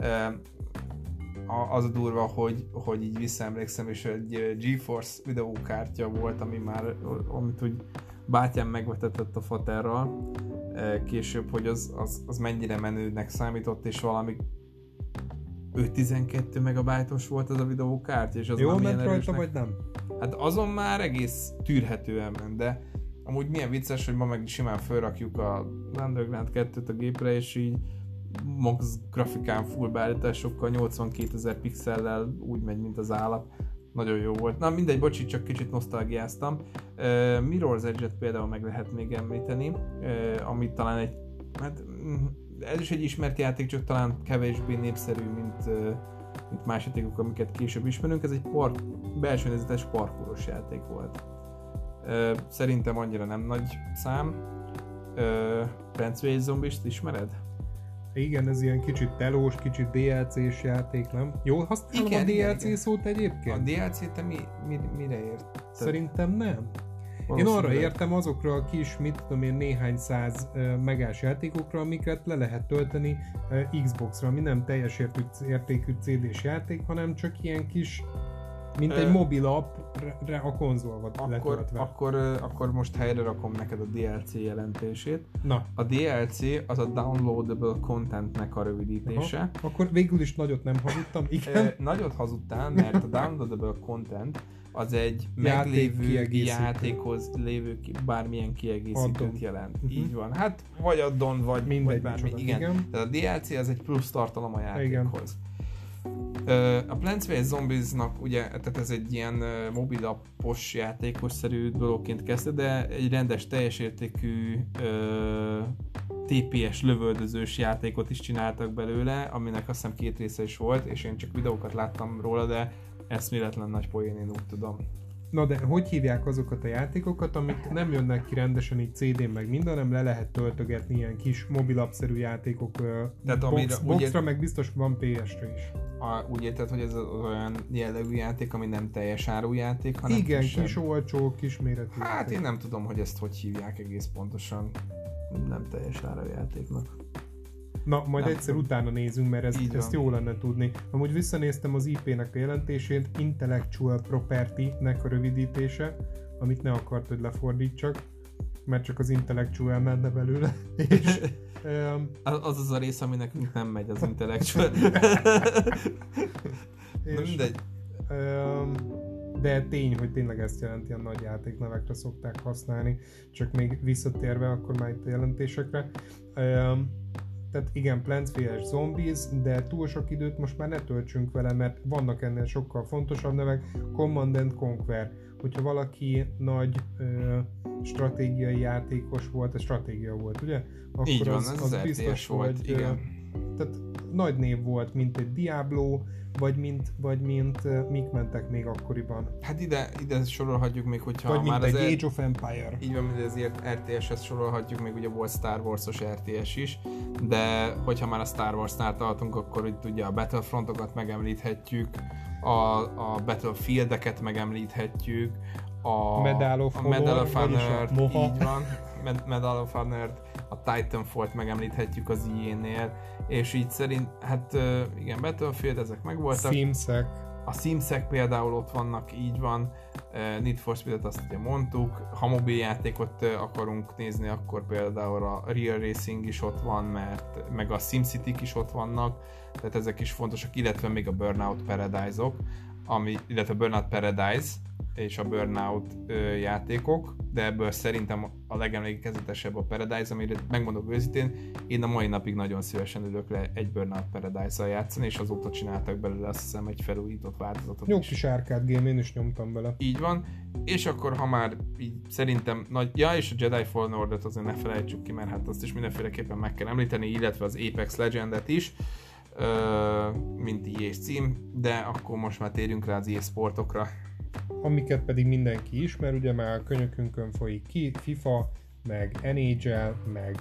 Az a durva, hogy így visszaemlékszem, és egy GeForce videókártya volt, amit úgy bátyám megvetetett a faterral később, hogy az mennyire menőnek számított, és valami 512 megabájtos volt az a videókártya, és az jól már ment milyen rajta, erősnek... vagy nem? Hát azon már egész tűrhetően ment, de amúgy milyen vicces, hogy ma meg simán felrakjuk a Underground 2-t a gépre, és így max grafikán full beállításokkal 82 000 pixellel úgy megy, mint az állat. Nagyon jó volt. Na mindegy, bocsi, csak kicsit nosztalgiáztam. Mirror's Edge-et például meg lehet még említeni, amit talán hát ez is egy ismert játék, csak talán kevésbé népszerű, mint más játékok, amiket később ismerünk. Ez egy belső nézetes parkouros játék volt. Szerintem annyira nem nagy szám. Plants vs. Zombies-t ismered? Igen, ez ilyen kicsit telós, kicsit DLC-s játék, nem? Jól használom a DLC szót egyébként? A DLC te mire ért? Szerintem nem. Én arra értem azokra a kis, mit tudom én, néhány száz megás játékokra, amiket le lehet tölteni Xbox-ra, ami nem teljes értékű CD-s játék, hanem csak ilyen kis, mint egy mobil appra a konzolba letöltve. Akkor most helyre rakom neked a DLC jelentését. Na. A DLC az a Downloadable Contentnek a rövidítése. Aha. Akkor végül is nagyot nem hazudtam, igen. Nagyot hazudtál, mert a Downloadable Content az egy meglévő játékhoz lévő bármilyen kiegészítőt jelent. Így van. Hát vagy addon, vagy mindegy, vagy bármi. Igen. Tehát a DLC az egy plusz tartalom a játékhoz. A Plants vs. Zombies-nak ugye, tehát ez egy ilyen mobilappos játékos-szerű dologként kezdte, de egy rendes, teljes értékű TPS lövöldözős játékot is csináltak belőle, aminek azt hiszem 2 része is volt, és én csak videókat láttam róla, de eszméletlen nagy poén, én úgy tudom. Na de hogy hívják azokat a játékokat, amik nem jönnek ki rendesen így CD-n meg minden, hanem le lehet töltögetni ilyen kis mobilapszerű játékok boxra, meg biztos van PS-re is. Úgy érted, hogy ez az olyan jellegű játék, ami nem teljes áru játék, hanem igen, kis olcsó, kis méretű hát játék. Én nem tudom, hogy ezt hogy hívják egész pontosan, nem teljes áru játéknak. Na, majd nem egyszer utána nézünk, mert ezt jó lenne tudni. Amúgy visszanéztem az IP-nek a jelentését, Intellectual Property-nek a rövidítése, amit ne akart, hogy lefordítsak, mert csak az Intellectual menne belőle. És, az a rész, ami nekünk nem megy, az Intellectual. Na mindegy. De tény, hogy tényleg ezt jelenti, a nagy játéknevekre szokták használni, csak még visszatérve akkor már itt a jelentésekre. Tehát igen, Plants vs. Zombies, de túl sok időt most már ne töltsünk vele, mert vannak ennél sokkal fontosabb nevek. Command & Conquer. Hogyha valaki nagy stratégiai játékos volt, ez stratégia volt, ugye? Akkor így van, az biztos volt, hogy, igen. Tehát nagy név volt, mint egy Diablo, vagy mint mik mentek még akkoriban. Hát ide sorolhatjuk még, hogyha vagy már mint az egy Age of Empire. Így van, mint azért RTS-hez sorolhatjuk, még ugye volt Star Wars-os RTS is, de hogyha már a Star Wars-nál tartunk, akkor itt ugye a Battlefrontokat megemlíthetjük, a Battlefield-eket megemlíthetjük, a Medal of Honor-t, így van, Medal of Honor-t, a Titanfall-t megemlíthetjük az EA-nél, és így szerint, hát igen, Battlefield, ezek megvoltak. A Simsek például ott vannak, így van, Need for Speed-et azt ugye mondtuk, ha mobil játékot akarunk nézni, akkor például a Real Racing is ott van, meg a SimCity-k is ott vannak, tehát ezek is fontosak, illetve még a Burnout Paradise-ok, illetve Burnout Paradise és a Burnout játékok, de ebből szerintem a legemlékezetesebb a Paradise, amire megmondok őszintén, én a mai napig nagyon szívesen ülök le egy Burnout Paradise-zal játszani, és azóta csináltak belőle azt hiszem egy felújított változatot. Jó kis arcade game, én is nyomtam bele. Így van, és akkor ha már így szerintem és a Jedi Fallen Order-t azért ne felejtsük ki, mert hát azt is mindenféleképpen meg kell említeni, illetve az Apex Legends-et is, mint EA-s cím, de akkor most már térjünk rá az EA Sportokra. Amiket pedig mindenki ismer, ugye már a könyökünkön folyik ki, FIFA, meg NHL, meg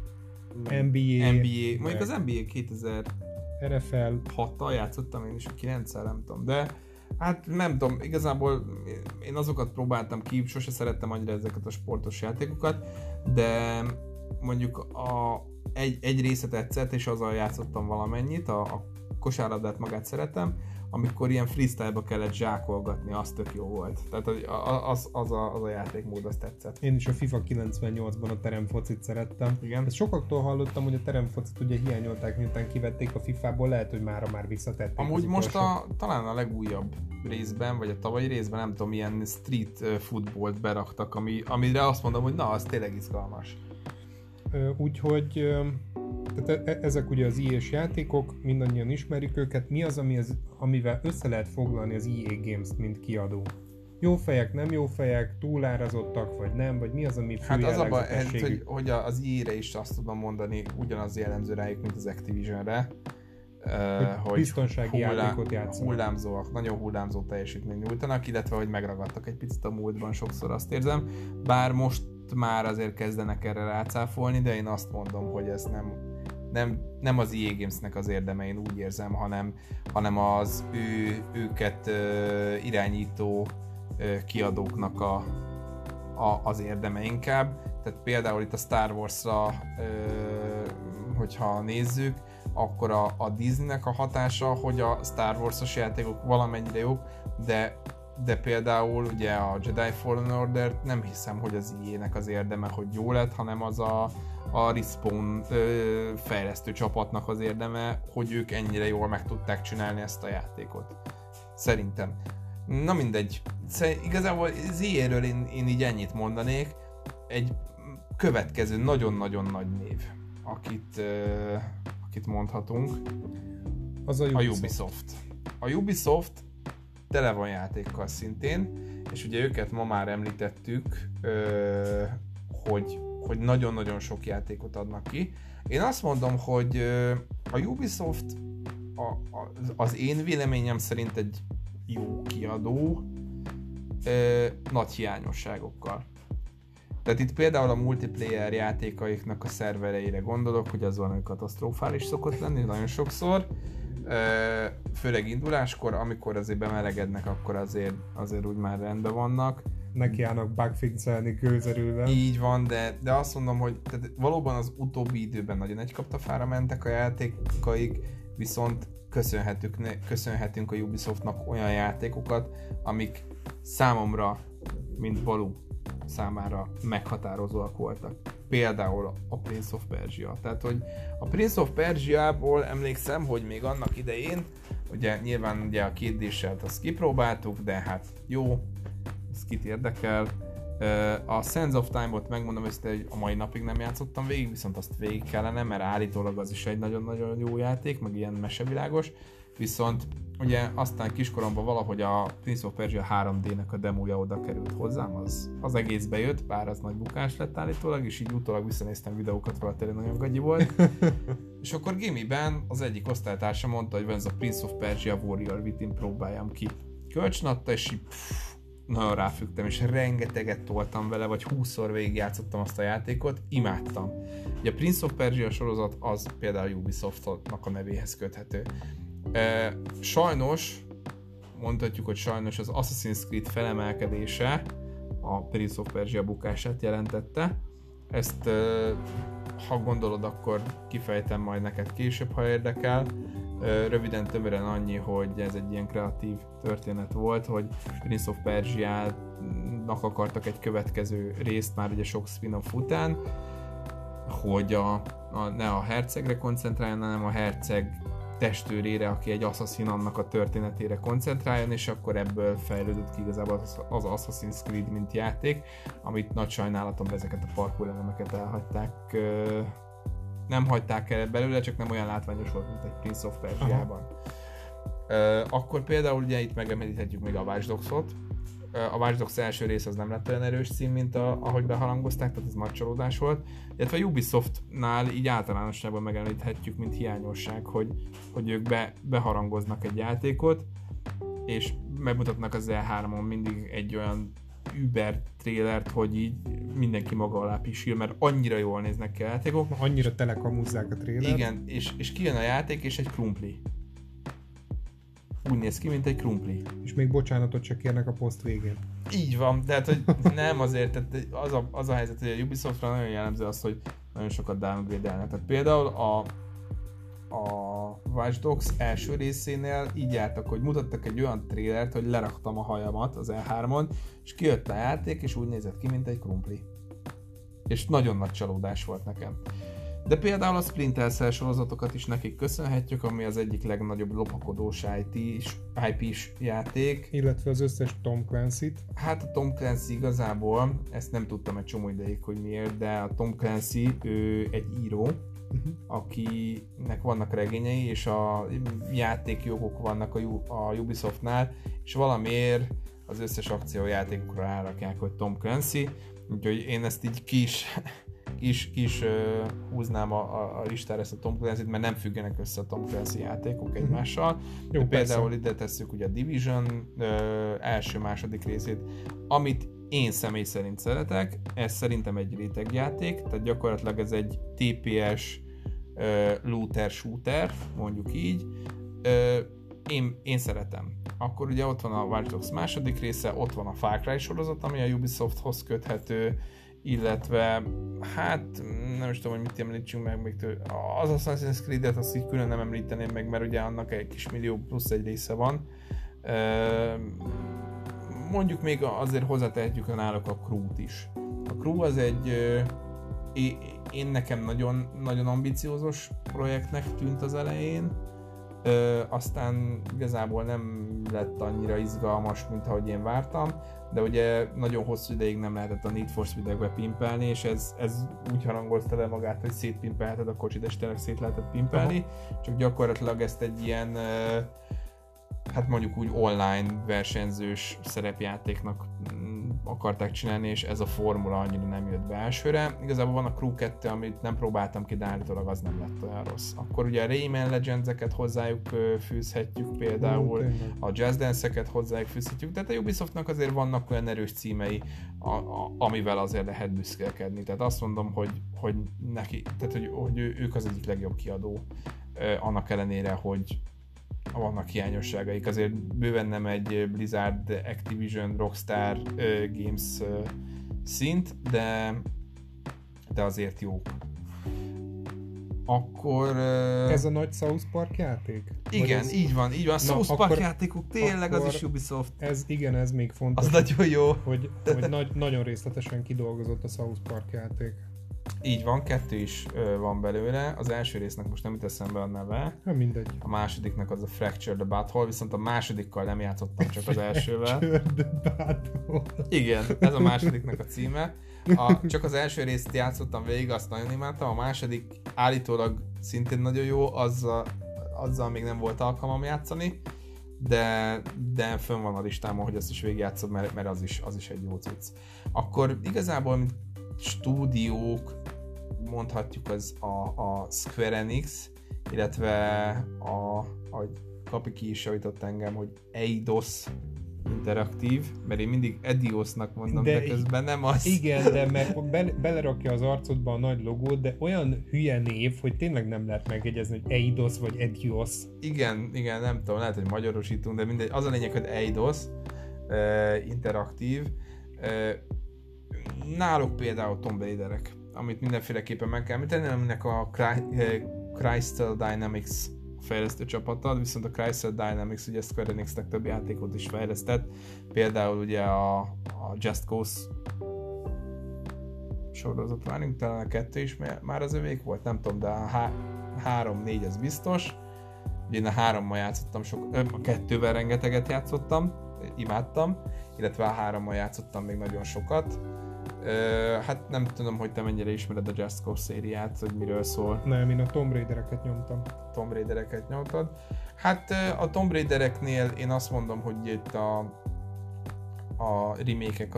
NBA, mondjuk az NBA 2000 NFL 6-tal játszottam én is, a 9-el nem tudom, de hát nem tudom, igazából én azokat próbáltam ki, sose szerettem annyira ezeket a sportos játékokat, de mondjuk egy része tetszett, és azzal játszottam valamennyit, a kosárlabdát magát szeretem, amikor ilyen freestyle-ba kellett zsákolgatni, az tök jó volt. Tehát az a játékmód, az tetszett. Én is a FIFA 98-ban a teremfocit szerettem. Igen. Ezt sokaktól hallottam, hogy a teremfocit ugye hiányolták, miután kivették a FIFA-ból, lehet, hogy már visszatették. Amúgy most talán a legújabb részben, vagy a tavalyi részben, nem tudom, ilyen street footballt beraktak, amire azt mondom, hogy na, az tényleg izgalmas. Úgyhogy tehát ezek ugye az EA-s játékok, mindannyian ismerjük őket. Mi az, amivel össze lehet foglalni az EA Games-t, mint kiadó? Jó fejek, nem jó fejek, túlárazottak, vagy nem, vagy mi az, ami fő jellegzetességük? hogy az EA-re is azt tudom mondani, ugyanaz jellemző rájuk, mint az Activision-re. Hogy biztonsági játékot játszanak. Hullámzóak, nagyon hullámzó teljesítményt nyújtanak, egy megragadtak egy picit a múltban, sokszor azt érzem. Bár most már azért kezdenek erre rácáfolni, de én azt mondom, hogy ez nem az EA Games-nek az érdeme, én úgy érzem, hanem az őket irányító kiadóknak az érdeme inkább. Tehát például itt a Star Wars-ra, hogyha nézzük, akkor a Disneynek a hatása, hogy a Star Wars-os játékok valamennyire jók, de például ugye a Jedi Fallen Order nem hiszem, hogy az EA-nek az érdeme, hogy jó lett, hanem az a Respawn fejlesztő csapatnak az érdeme, hogy ők ennyire jól meg tudták csinálni ezt a játékot. Szerintem. Na mindegy. Igazából az EA-ről én így ennyit mondanék. Egy következő nagyon-nagyon nagy név, akit mondhatunk, az a Ubisoft. A Ubisoft tele van játékkal szintén, és ugye őket ma már említettük, hogy nagyon-nagyon sok játékot adnak ki. Én azt mondom, hogy a Ubisoft az én véleményem szerint egy jó kiadó, nagy hiányosságokkal. Tehát itt például a multiplayer játékaiknak a szervereire gondolok, hogy az valami katasztrofális szokott lenni nagyon sokszor, főleg induláskor, amikor azért bemelegednek, akkor azért úgy már rendben vannak. Nekiállnak bugfixelni gőzerővel. Így van, de azt mondom, hogy tehát valóban az utóbbi időben nagyon egy kaptafára mentek a játékaik, viszont köszönhetünk a Ubisoftnak olyan játékokat, amik számomra, mint Balú számára meghatározóak voltak. Például a Prince of Persia. Tehát, hogy a Prince of Persia-ból emlékszem, hogy még annak idején, ugye nyilván ugye a 2D-selt azt kipróbáltuk, de hát jó, ez kit érdekel. A Sands of Time-ot megmondom hogy a mai napig nem játszottam végig, viszont azt végig kellene, mert állítólag az is egy nagyon-nagyon jó játék, meg ilyen mesevilágos. Viszont ugye aztán kiskoromban valahogy a Prince of Persia 3D-nek a demója oda került hozzám, az egész bejött, bár az nagy bukás lett állítólag, és így utólag visszanéztem videókat, valahogy tényleg nagyon gagyi volt. És akkor gimiben az egyik osztálytársa mondta, hogy van ez a Prince of Persia Warrior Within, próbáljam ki. Kölcsön adta, és így nagyon ráfügtem, és rengeteget toltam vele, vagy 20-szor végigjátszottam azt a játékot, imádtam. Ugye a Prince of Persia sorozat az például Ubisoftnak a nevéhez köthető. Sajnos, mondhatjuk, hogy sajnos az Assassin's Creed felemelkedése a Prince of Persia bukását jelentette. Ezt, ha gondolod, akkor kifejtem majd neked később, ha érdekel. Röviden, tömören annyi, hogy ez egy ilyen kreatív történet volt, hogy Prince of Persia-nak akartak egy következő részt már ugye sok spin-off után, hogy ne a hercegre koncentráljon, hanem a herceg testőrére, aki egy assassin, annak a történetére koncentráljon, és akkor ebből fejlődött ki igazából az Assassin's Creed mint játék, amit nagy sajnálatom ezeket a parkour elemeket elhagyták. Nem hagyták el belőle, csak nem olyan látványos volt, mint egy Prince of Persia-ban. Akkor például ugye itt megemlíthetjük még a Watch Dogs-ot. A Watch Dogs első rész az nem lett olyan erős cím, mint ahogy beharangozták, tehát ez nagy csalódás volt. Illetve a Ubisoftnál így általánosságban megemlíthetjük, mint hiányosság, hogy ők beharangoznak egy játékot, és megmutatnak az E3-on mindig egy olyan Uber trailert, hogy így mindenki maga alá pisil, mert annyira jól néznek ki a játékok. Annyira telekamúzzák a trailert. Igen, és kijön a játék, és egy krumpli. Úgy néz ki, mint egy krumpli. És még bocsánatot se kérnek a poszt végén. Így van, de hát, hogy nem azért, tehát az a helyzet, hogy a Ubisoftra nagyon jellemző az, hogy nagyon sokat downgrade-elnek. Tehát például a Watch Dogs első részénél így jártak, hogy mutattak egy olyan trélert, hogy leraktam a hajamat az E3-on, és kijött a játék, és úgy nézett ki, mint egy krumpli. És nagyon nagy csalódás volt nekem. De például a Splinter Cell sorozatokat is nekik köszönhetjük, ami az egyik legnagyobb lopakodós IP-s játék. Illetve az összes Tom Clancy-t. Hát a Tom Clancy igazából, ezt nem tudtam egy csomó ideig, hogy miért, de a Tom Clancy, ő egy író, akinek vannak regényei, és a játékjogok vannak a Ubisoftnál, és valamiért az összes akciójátékokra rárakják, hogy Tom Clancy, úgyhogy én ezt így kis húznám a listára ezt a Tom Clancy-t, mert nem függenek össze a Tom Clancy játékok egymással. Jó, például ide tesszük ugye a Division első-második részét, amit én személy szerint szeretek, ez szerintem egy rétegjáték, tehát gyakorlatilag ez egy TPS looter-shooter, mondjuk így. Én szeretem. Akkor ugye ott van a Watch Dogs második része, ott van a Far Cry sorozat, ami a Ubisofthoz köthető, illetve, hát nem is tudom, hogy mit említsünk meg még az Assassin's Creed-et azt így külön nem említeném meg, mert ugye annak egy kis millió plusz egy része van. Mondjuk még azért hozzátehetjük a náluk a Crew-t is. A Crew az egy én nekem nagyon, nagyon ambiciózus projektnek tűnt az elején, aztán igazából nem lett annyira izgalmas, mint ahogy én vártam, de ugye nagyon hosszú ideig nem lehetett a Need for Speed-ekbe pimpelni, és ez úgy harangozta le magát, hogy szétpimpelheted a kocsit, és tényleg szét lehetett pimpelni, csak gyakorlatilag ezt egy ilyen, hát mondjuk úgy online versenyzős szerepjátéknak akarták csinálni, és ez a formula annyira nem jött be elsőre. Igazából van a Crew 2, amit nem próbáltam ki, de állítólag az nem lett olyan rossz. Akkor ugye a Rayman Legends-eket hozzájuk fűzhetjük például, a Just Dance-eket hozzájuk fűzhetjük, tehát a Ubisoftnak azért vannak olyan erős címei, amivel azért lehet büszkélkedni. Tehát azt mondom, hogy neki, tehát hogy ők az egyik legjobb kiadó, annak ellenére, hogy vannak hiányosságaik. Azért bőven nem egy Blizzard, Activision, Rockstar Games szint, de azért jók. Akkor... Ez a nagy South Park játék? Igen, így van. South Park játékok, tényleg az is Ubisoft. Ez még fontos. Az nagyon jó. Hogy nagyon részletesen kidolgozott a South Park játék. Így van, 2 is van belőle. Az első résznek most nem jut eszembe a neve. Ha mindegy. A másodiknak az a Fracture the Butthole, viszont a másodikkal nem játszottam, csak az elsővel. Fracture the Butthole. Igen, ez a másodiknak a címe. Csak az első részt játszottam végig, azt nagyon imádtam. A második állítólag szintén nagyon jó, azzal még nem volt alkalmam játszani, de fönn van a listámon, hogy ezt is végigjátszom, mert az is egy jó cucc. Akkor igazából stúdiók, mondhatjuk az a Square Enix, illetve ahogy Kapiki is javított engem, hogy Eidos Interaktív, mert én mindig Eidos-nak mondom, de közben nem az. Igen, de mert belerakja az arcodba a nagy logót, de olyan hülye név, hogy tényleg nem lehet megjegyezni, hogy Eidos vagy Eidos. Igen, nem tudom, lehet, hogy magyarosítunk, de mindegy. Az a lényeg, hogy Eidos Interaktív. Náluk például Tomb Raiderek, amit mindenféleképpen meg kell említeni, aminek a Crystal Dynamics fejlesztő csapata, viszont a Crystal Dynamics ugye Square Enixnek több játékot is fejlesztett, például ugye a Just Cause sorozat, várjunk, talán a 2 is már az övék volt, nem tudom, de a 3-4 az biztos. Ugye én a 3-mal játszottam, a 2-vel rengeteget játszottam, imádtam, illetve a 3-mal játszottam még nagyon sokat. Hát nem tudom, hogy te mennyire ismered a Just Cause szériát, hogy miről szól. Nem, én a Tomb Raidereket nyomtam. Tomb Raidereket nyomtad. Hát a Tomb Raidereknél én azt mondom, hogy itt a remake-ek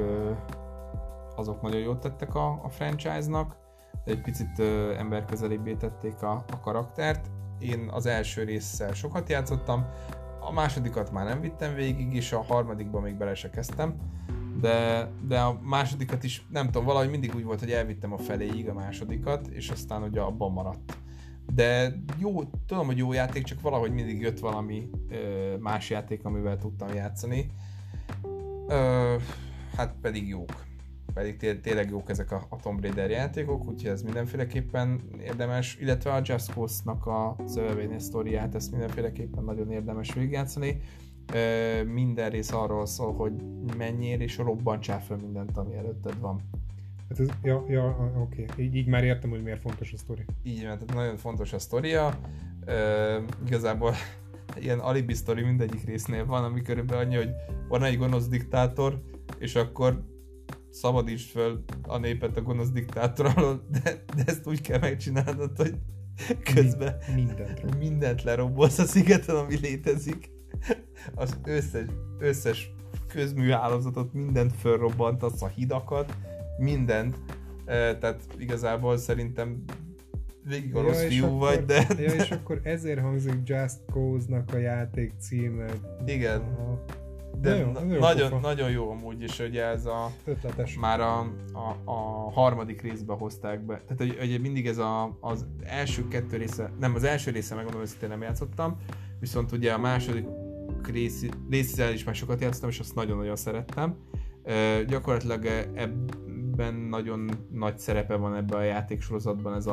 azok nagyon jót tettek a franchise-nak, egy picit emberközelébbé tették a karaktert. Én az első résszel sokat játszottam, a másodikat már nem vittem végig, és a harmadikban még bele se kezdtem. De a másodikat is, nem tudom, valahogy mindig úgy volt, hogy elvittem a feléig a másodikat, és aztán ugye abban maradt. De jó, tudom, hogy jó játék, csak valahogy mindig jött valami más játék, amivel tudtam játszani. Hát pedig jók. pedig tényleg jók ezek a Tomb Raider játékok, úgyhogy ez mindenféleképpen érdemes, illetve a Just Cause-nak a szövevényes sztoriát, ezt mindenféleképpen nagyon érdemes végigjátszani. Minden rész arról szól, hogy menjél és robbantsál fel mindent, ami előtted van. Hát ez, oké. Így már értem, hogy miért fontos a sztori. Így van, tehát nagyon fontos a sztoria. Igazából ilyen alibi sztori mindegyik résznél van, ami körülbelül annyi, hogy van egy gonosz diktátor, és akkor szabadítsd föl a népet a gonosz diktátor alól, de ezt úgy kell megcsinálnod, hogy közben mindent lerobbolsz a szigeten, ami létezik. Az összes közműhálózatot, mindent fölrobbantasz, a hidakat, mindent. Tehát igazából szerintem végig a rossz fiú vagy, de... Ja, és akkor ezért hangzik Just Cause-nak a játék címe. Igen. De nagyon jó amúgy is, hogy ez ötletes. Már a harmadik részbe hozták be. Tehát hogy mindig ez az első kettő része, nem, az első része megmondom, hogy nem játszottam, viszont ugye a második részével is már sokat játszottam, és azt nagyon-nagyon szerettem. Gyakorlatilag ebben nagyon nagy szerepe van ebben a játéksorozatban ez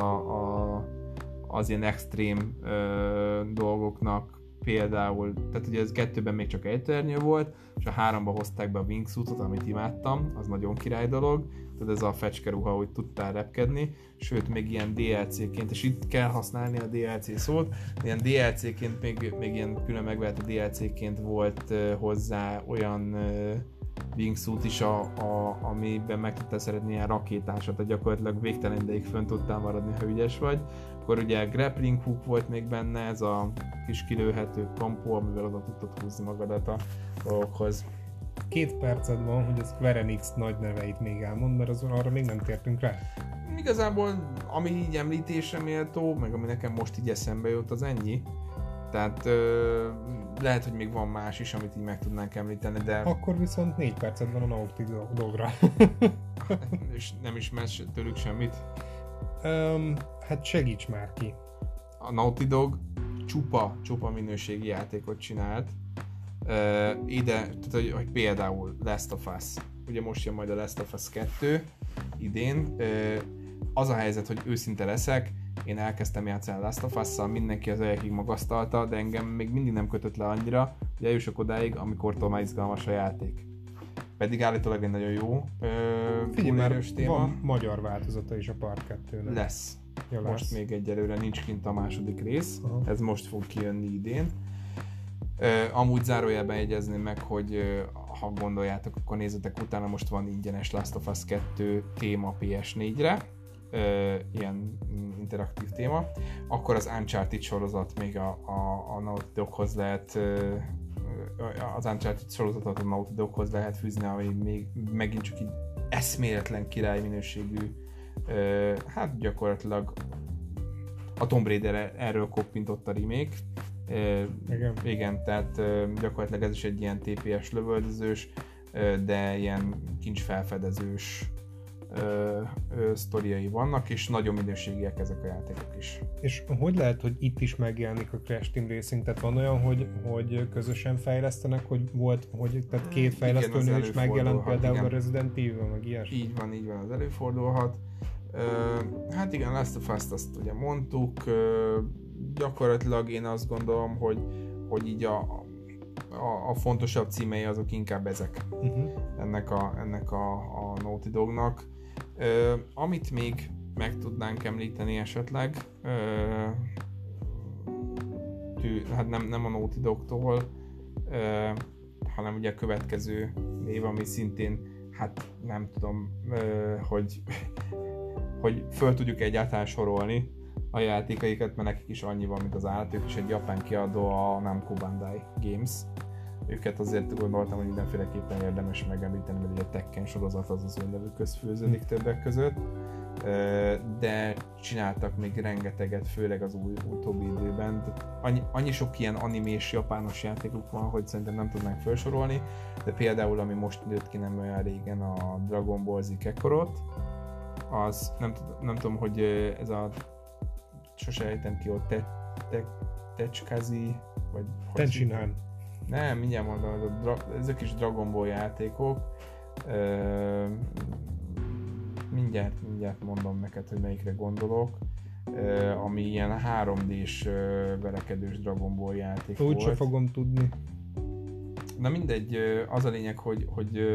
az ilyen extrém dolgoknak, például, tehát ugye ez 2-ben még csak egy ternyő volt, és a 3-ban hozták be a wingsuitot, amit imádtam, az nagyon király dolog, tehát ez a fecskeruha, hogy tudtál repkedni, sőt még ilyen DLC-ként, és itt kell használni a DLC szót, ilyen DLC-ként, még ilyen külön megvehető DLC-ként volt hozzá olyan wingsuit is, amiben meg tudtál szeretni ilyen rakétásat, tehát gyakorlatilag végtelen ideig fönn tudtál maradni, ha ügyes vagy. Akkor ugye grappling hook volt még benne, ez a kis kilőhető kampó, amivel oda tudtad húzni magadat a dolgokhoz. 2 perced van, hogy a Square Enix nagy neveit még elmond, mert arra még nem tértünk rá. Igazából, ami így említésre méltó, meg ami nekem most így eszembe jut, az ennyi. Tehát lehet, hogy még van más is, amit így meg tudnánk említeni, de... Akkor viszont 4 perced van a Naughty Dogra. És nem ismersz tőlük semmit? Hát segíts már ki. A Naughty Dog csupa minőségi játékot csinált. Tehát, hogy például Last of Us. Ugye most jön majd a Last of Us 2 idén. Az a helyzet, hogy őszinte leszek, én elkezdtem játszani a Last of Us-szal, mindenki az elejéig magasztalta, de engem még mindig nem kötött le annyira, hogy eljussak odáig, amikortól már izgalmas a játék. Pedig állítólag egy nagyon jó full téma. Van magyar változata is a Part 2-nek. Lesz. Most még egyelőre nincs kint a második rész. Aha. Ez most fog kijönni idén. Amúgy zárójelben jegyezném meg, hogy ha gondoljátok, akkor nézzetek utána, most van ingyenes Last of Us 2 téma PS4-re. Ilyen interaktív téma. Akkor az Uncharted sorozat még a Naughty Doghoz lehet az Uncharted sorozatot a Naughty Doghoz lehet fűzni, ami még megint csak így eszméletlen király minőségű, hát gyakorlatilag a Tomb Raider erről koppintott a remake. Igen, tehát gyakorlatilag ez is egy ilyen TPS lövöldözős, de ilyen kincsfelfedezős sztoriai vannak, és nagyon minőségiek ezek a játékok is. És hogy lehet, hogy itt is megjelenik a Crash Team Racing? Tehát van olyan, hogy közösen fejlesztenek, tehát 2 fejlesztőnél is megjelent például igen. A Resident Evil, meg ilyesmi? Így van, az előfordulhat. Hát igen, Last of Us-t azt ugye mondtuk, gyakorlatilag én azt gondolom, hogy így a fontosabb címei azok inkább ezek ennek a Naughty Dognak. Amit még meg tudnánk említeni esetleg, hát nem a Naughty Dogtól, hanem ugye a következő név, ami szintén, hát nem tudom, hogy föl tudjuk egyáltalán sorolni a játékaikat, mert nekik is annyi van, mint az állat, és egy japán kiadó, a Namco Bandai Games. Őket azért gondoltam, hogy mindenféleképpen érdemes megemlíteni, mert ugye a Tekken sorozat az ő nevükhöz főződik többek között, de csináltak még rengeteget, főleg az utóbbi időben. Annyi sok ilyen animés japános játékuk van, hogy szerintem nem tudnánk felsorolni, de például ami most jött ki nem olyan régen, a Dragon Ball Z Kakarot, az nem tudom, hogy ez a sose ejtem ki, ott Techkazi, vagy Tenshinhan. Nem, mindjárt mondom, ezek is Dragon Ball játékok. Mindjárt mondom neked, hogy melyikre gondolok. Ami ilyen 3D-s verekedős Dragon Ball játék volt. Úgyse fogom tudni. Na mindegy, az a lényeg, hogy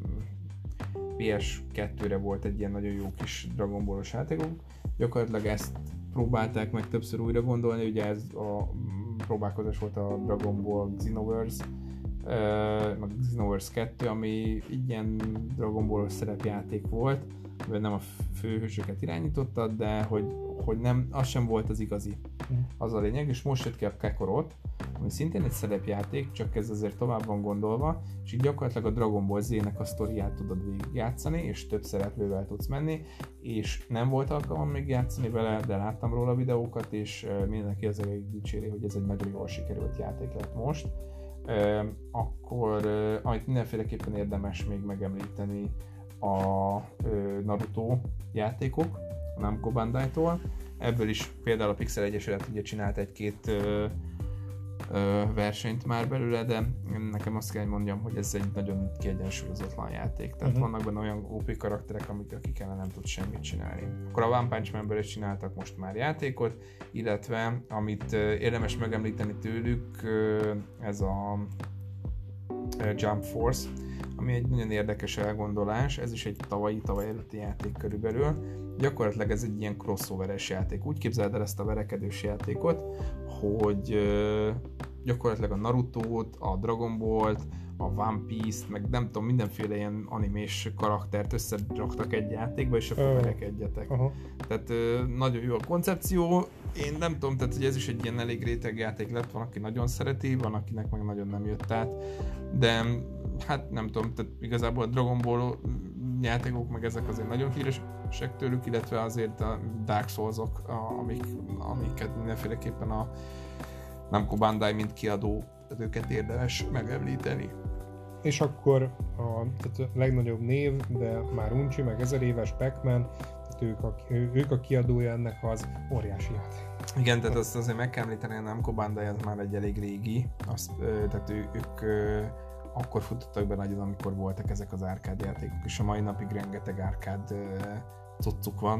PS2-re volt egy ilyen nagyon jó kis Dragon Ball-os játékunk. Gyakorlatilag ezt próbálták meg többször újra gondolni, ugye ez a próbálkozás volt a Dragon Ball Xenoverse, meg Xenoverse 2, ami ilyen Dragon Ball-os szerepjáték volt, amivel nem a főhősöket irányítottad, de hogy nem, az sem volt az igazi. Az a lényeg, és most jött ki a Kakarot, ami szintén egy szerepjáték, csak ez azért tovább van gondolva, és így gyakorlatilag a Dragon Ball Z-nek a sztoriát tudod végigjátszani, és több szereplővel tudsz menni, és nem volt alkalmam még játszani vele, de láttam róla videókat, és mindenki azért dicséri, hogy ez egy nagyon jól sikerült játék lett most. Akkor, amit mindenféleképpen érdemes még megemlíteni, a Naruto játékok, a Namco Bandai-tól. Ebből is például a Pixel Egyesület ugye csinált egy-két versenyt már belőle, de nekem azt kell mondjam, hogy ez egy nagyon kiegyensúlyozatlan játék. Tehát vannak benne olyan OP karakterek, akik ellen nem tud semmit csinálni. Akkor a One Punch Man-ből is csináltak most már játékot, illetve amit érdemes megemlíteni tőlük, ez a Jump Force, ami egy nagyon érdekes elgondolás, ez is egy tavaly előtti játék körülbelül. Gyakorlatilag ez egy ilyen crossoveres játék. Úgy képzeld el ezt a verekedős játékot, hogy gyakorlatilag a Narutót, a Dragon Ballt, a One Piece-t, meg nem tudom, mindenféle ilyen animés karaktert összeraktak egy játékba, és akkor verekedjetek. Tehát nagyon jó a koncepció. Én nem tudom, tehát hogy ez is egy ilyen elég réteg játék lett, van, aki nagyon szereti, van, akinek meg nagyon nem jött át, de hát nem tudom, tehát igazából a Dragon Ball játékok meg ezek azért nagyon híresek tőlük, illetve azért a Dark Souls-ok, amiket mindenféleképpen a Namco Bandai mint kiadó, őket érdemes megemlíteni. És akkor tehát a legnagyobb név, de már uncsi, meg 1000 éves Pac-Man, tehát ők a kiadója ennek az óriási játék. Igen, tehát azt azért meg kell említeni, a Namco Bandai az már egy elég régi, tehát ők akkor futottak be nagyon, amikor voltak ezek az árkád játékok, és a mai napig rengeteg árkád cuccuk van,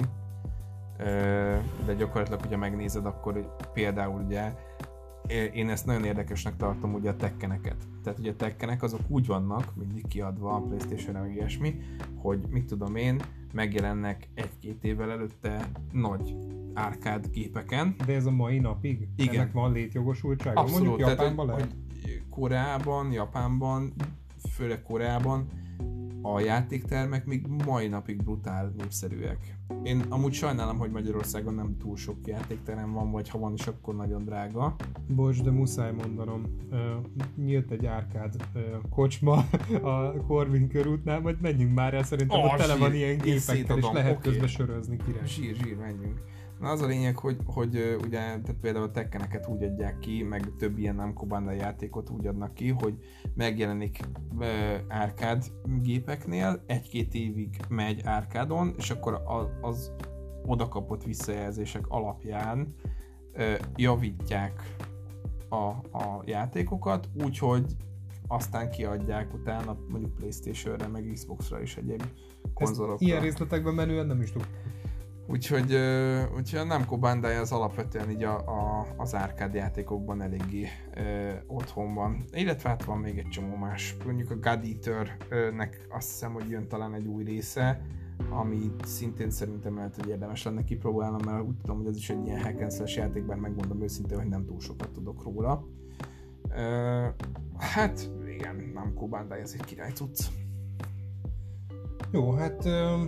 de gyakorlatilag ugye megnézed, akkor például ugye én ezt nagyon érdekesnek tartom ugye a tekkeneket. Tehát ugye a tekkenek azok úgy vannak mindig kiadva a PlayStation-re meg ilyesmi, hogy mit tudom én, megjelennek 1-2 évvel előtte nagy árkád gépeken. De ez a mai napig? Igen. Ennek van létjogosultsága? Abszolút. Mondjuk Japánban tehát, lehet? hogy Koreában, Japánban, főleg Koreában a játéktermek még mai napig brutál népszerűek. Én amúgy sajnálom, hogy Magyarországon nem túl sok játékterem van, vagy ha van is, akkor nagyon drága. Bocs, de muszáj mondanom, nyílt egy árkád kocsma a Korvin körútnál, majd menjünk már el, szerintem ott tele van ilyen gépekkel, és lehet közben sörözni, király. Zsír, menjünk. Na az a lényeg, hogy ugye tehát például a tekkeneket úgy adják ki, meg több ilyen Namco Bandai játékot úgy adnak ki, hogy megjelenik árkád gépeknél, 1-2 évig megy árkádon, és akkor az odakapott visszajelzések alapján javítják a játékokat, úgyhogy aztán kiadják utána mondjuk PlayStation-re, meg Xbox-ra is egyéb konzolokra. Ilyen részletekben menően nem is tudok. Úgyhogy a Namco Bandai az alapvetően így az árkád játékokban eléggé otthon van. Illetve hát van még egy csomó más. Mondjuk a God Eater-nek azt hiszem, hogy jön talán egy új része, amit szintén szerintem lehet, hogy érdemes lenne kipróbálnom, mert úgy tudom, hogy ez is egy ilyen hack and slash játék, bár megmondom őszintén, hogy nem túl sokat tudok róla. Hát igen, Namco Bandai ez egy király cucc. Jó, hát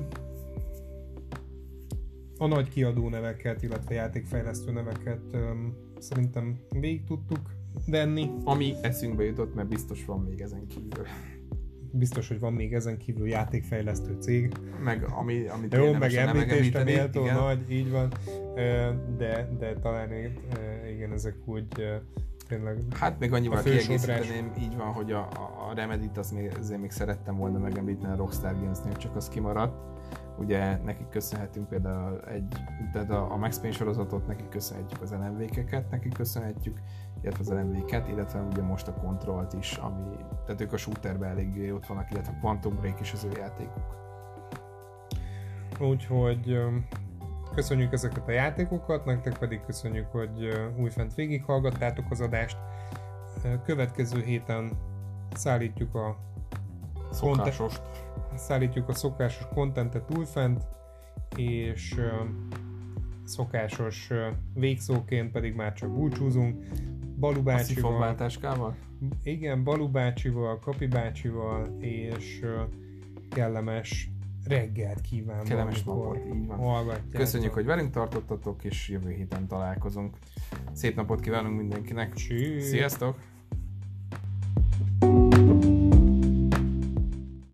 a nagy kiadó neveket, illetve játékfejlesztő neveket szerintem végig tudtuk venni. Ami eszünkbe jutott, mert biztos van még ezen kívül. Biztos, hogy van még ezen kívül játékfejlesztő cég. Meg amit jó, meg említésre méltó nagy, így van. De talán igen, ezek úgy tényleg. Hát még annyival kiegészíteném, így van, hogy a Remedit azért még szerettem volna megemlíteni a Rockstar Games-nél, csak az kimaradt. Ugye nekik köszönhetünk például tehát a Max Payne sorozatot, nekik köszönhetjük az LMV-keket, nekik köszönhetjük, illetve az LMV-ket, illetve ugye most a Controlt is, tehát ők a shooterben eléggé ott vannak, illetve a Quantum Break is az ő játékuk. Úgyhogy köszönjük ezeket a játékokat, nektek pedig köszönjük, hogy újfent végighallgattátok az adást. Következő héten szállítjuk a szokásos contentet újfent, és szokásos végszóként pedig már csak búcsúzunk. Balu bácsival. Igen, Balu bácsival, Kapi bácsival, és kellemes reggelt kívánok. Kellemes napot, így van. Köszönjük, hogy velünk tartottatok, és jövő héten találkozunk. Szép napot kívánunk mindenkinek. Cső. Sziasztok!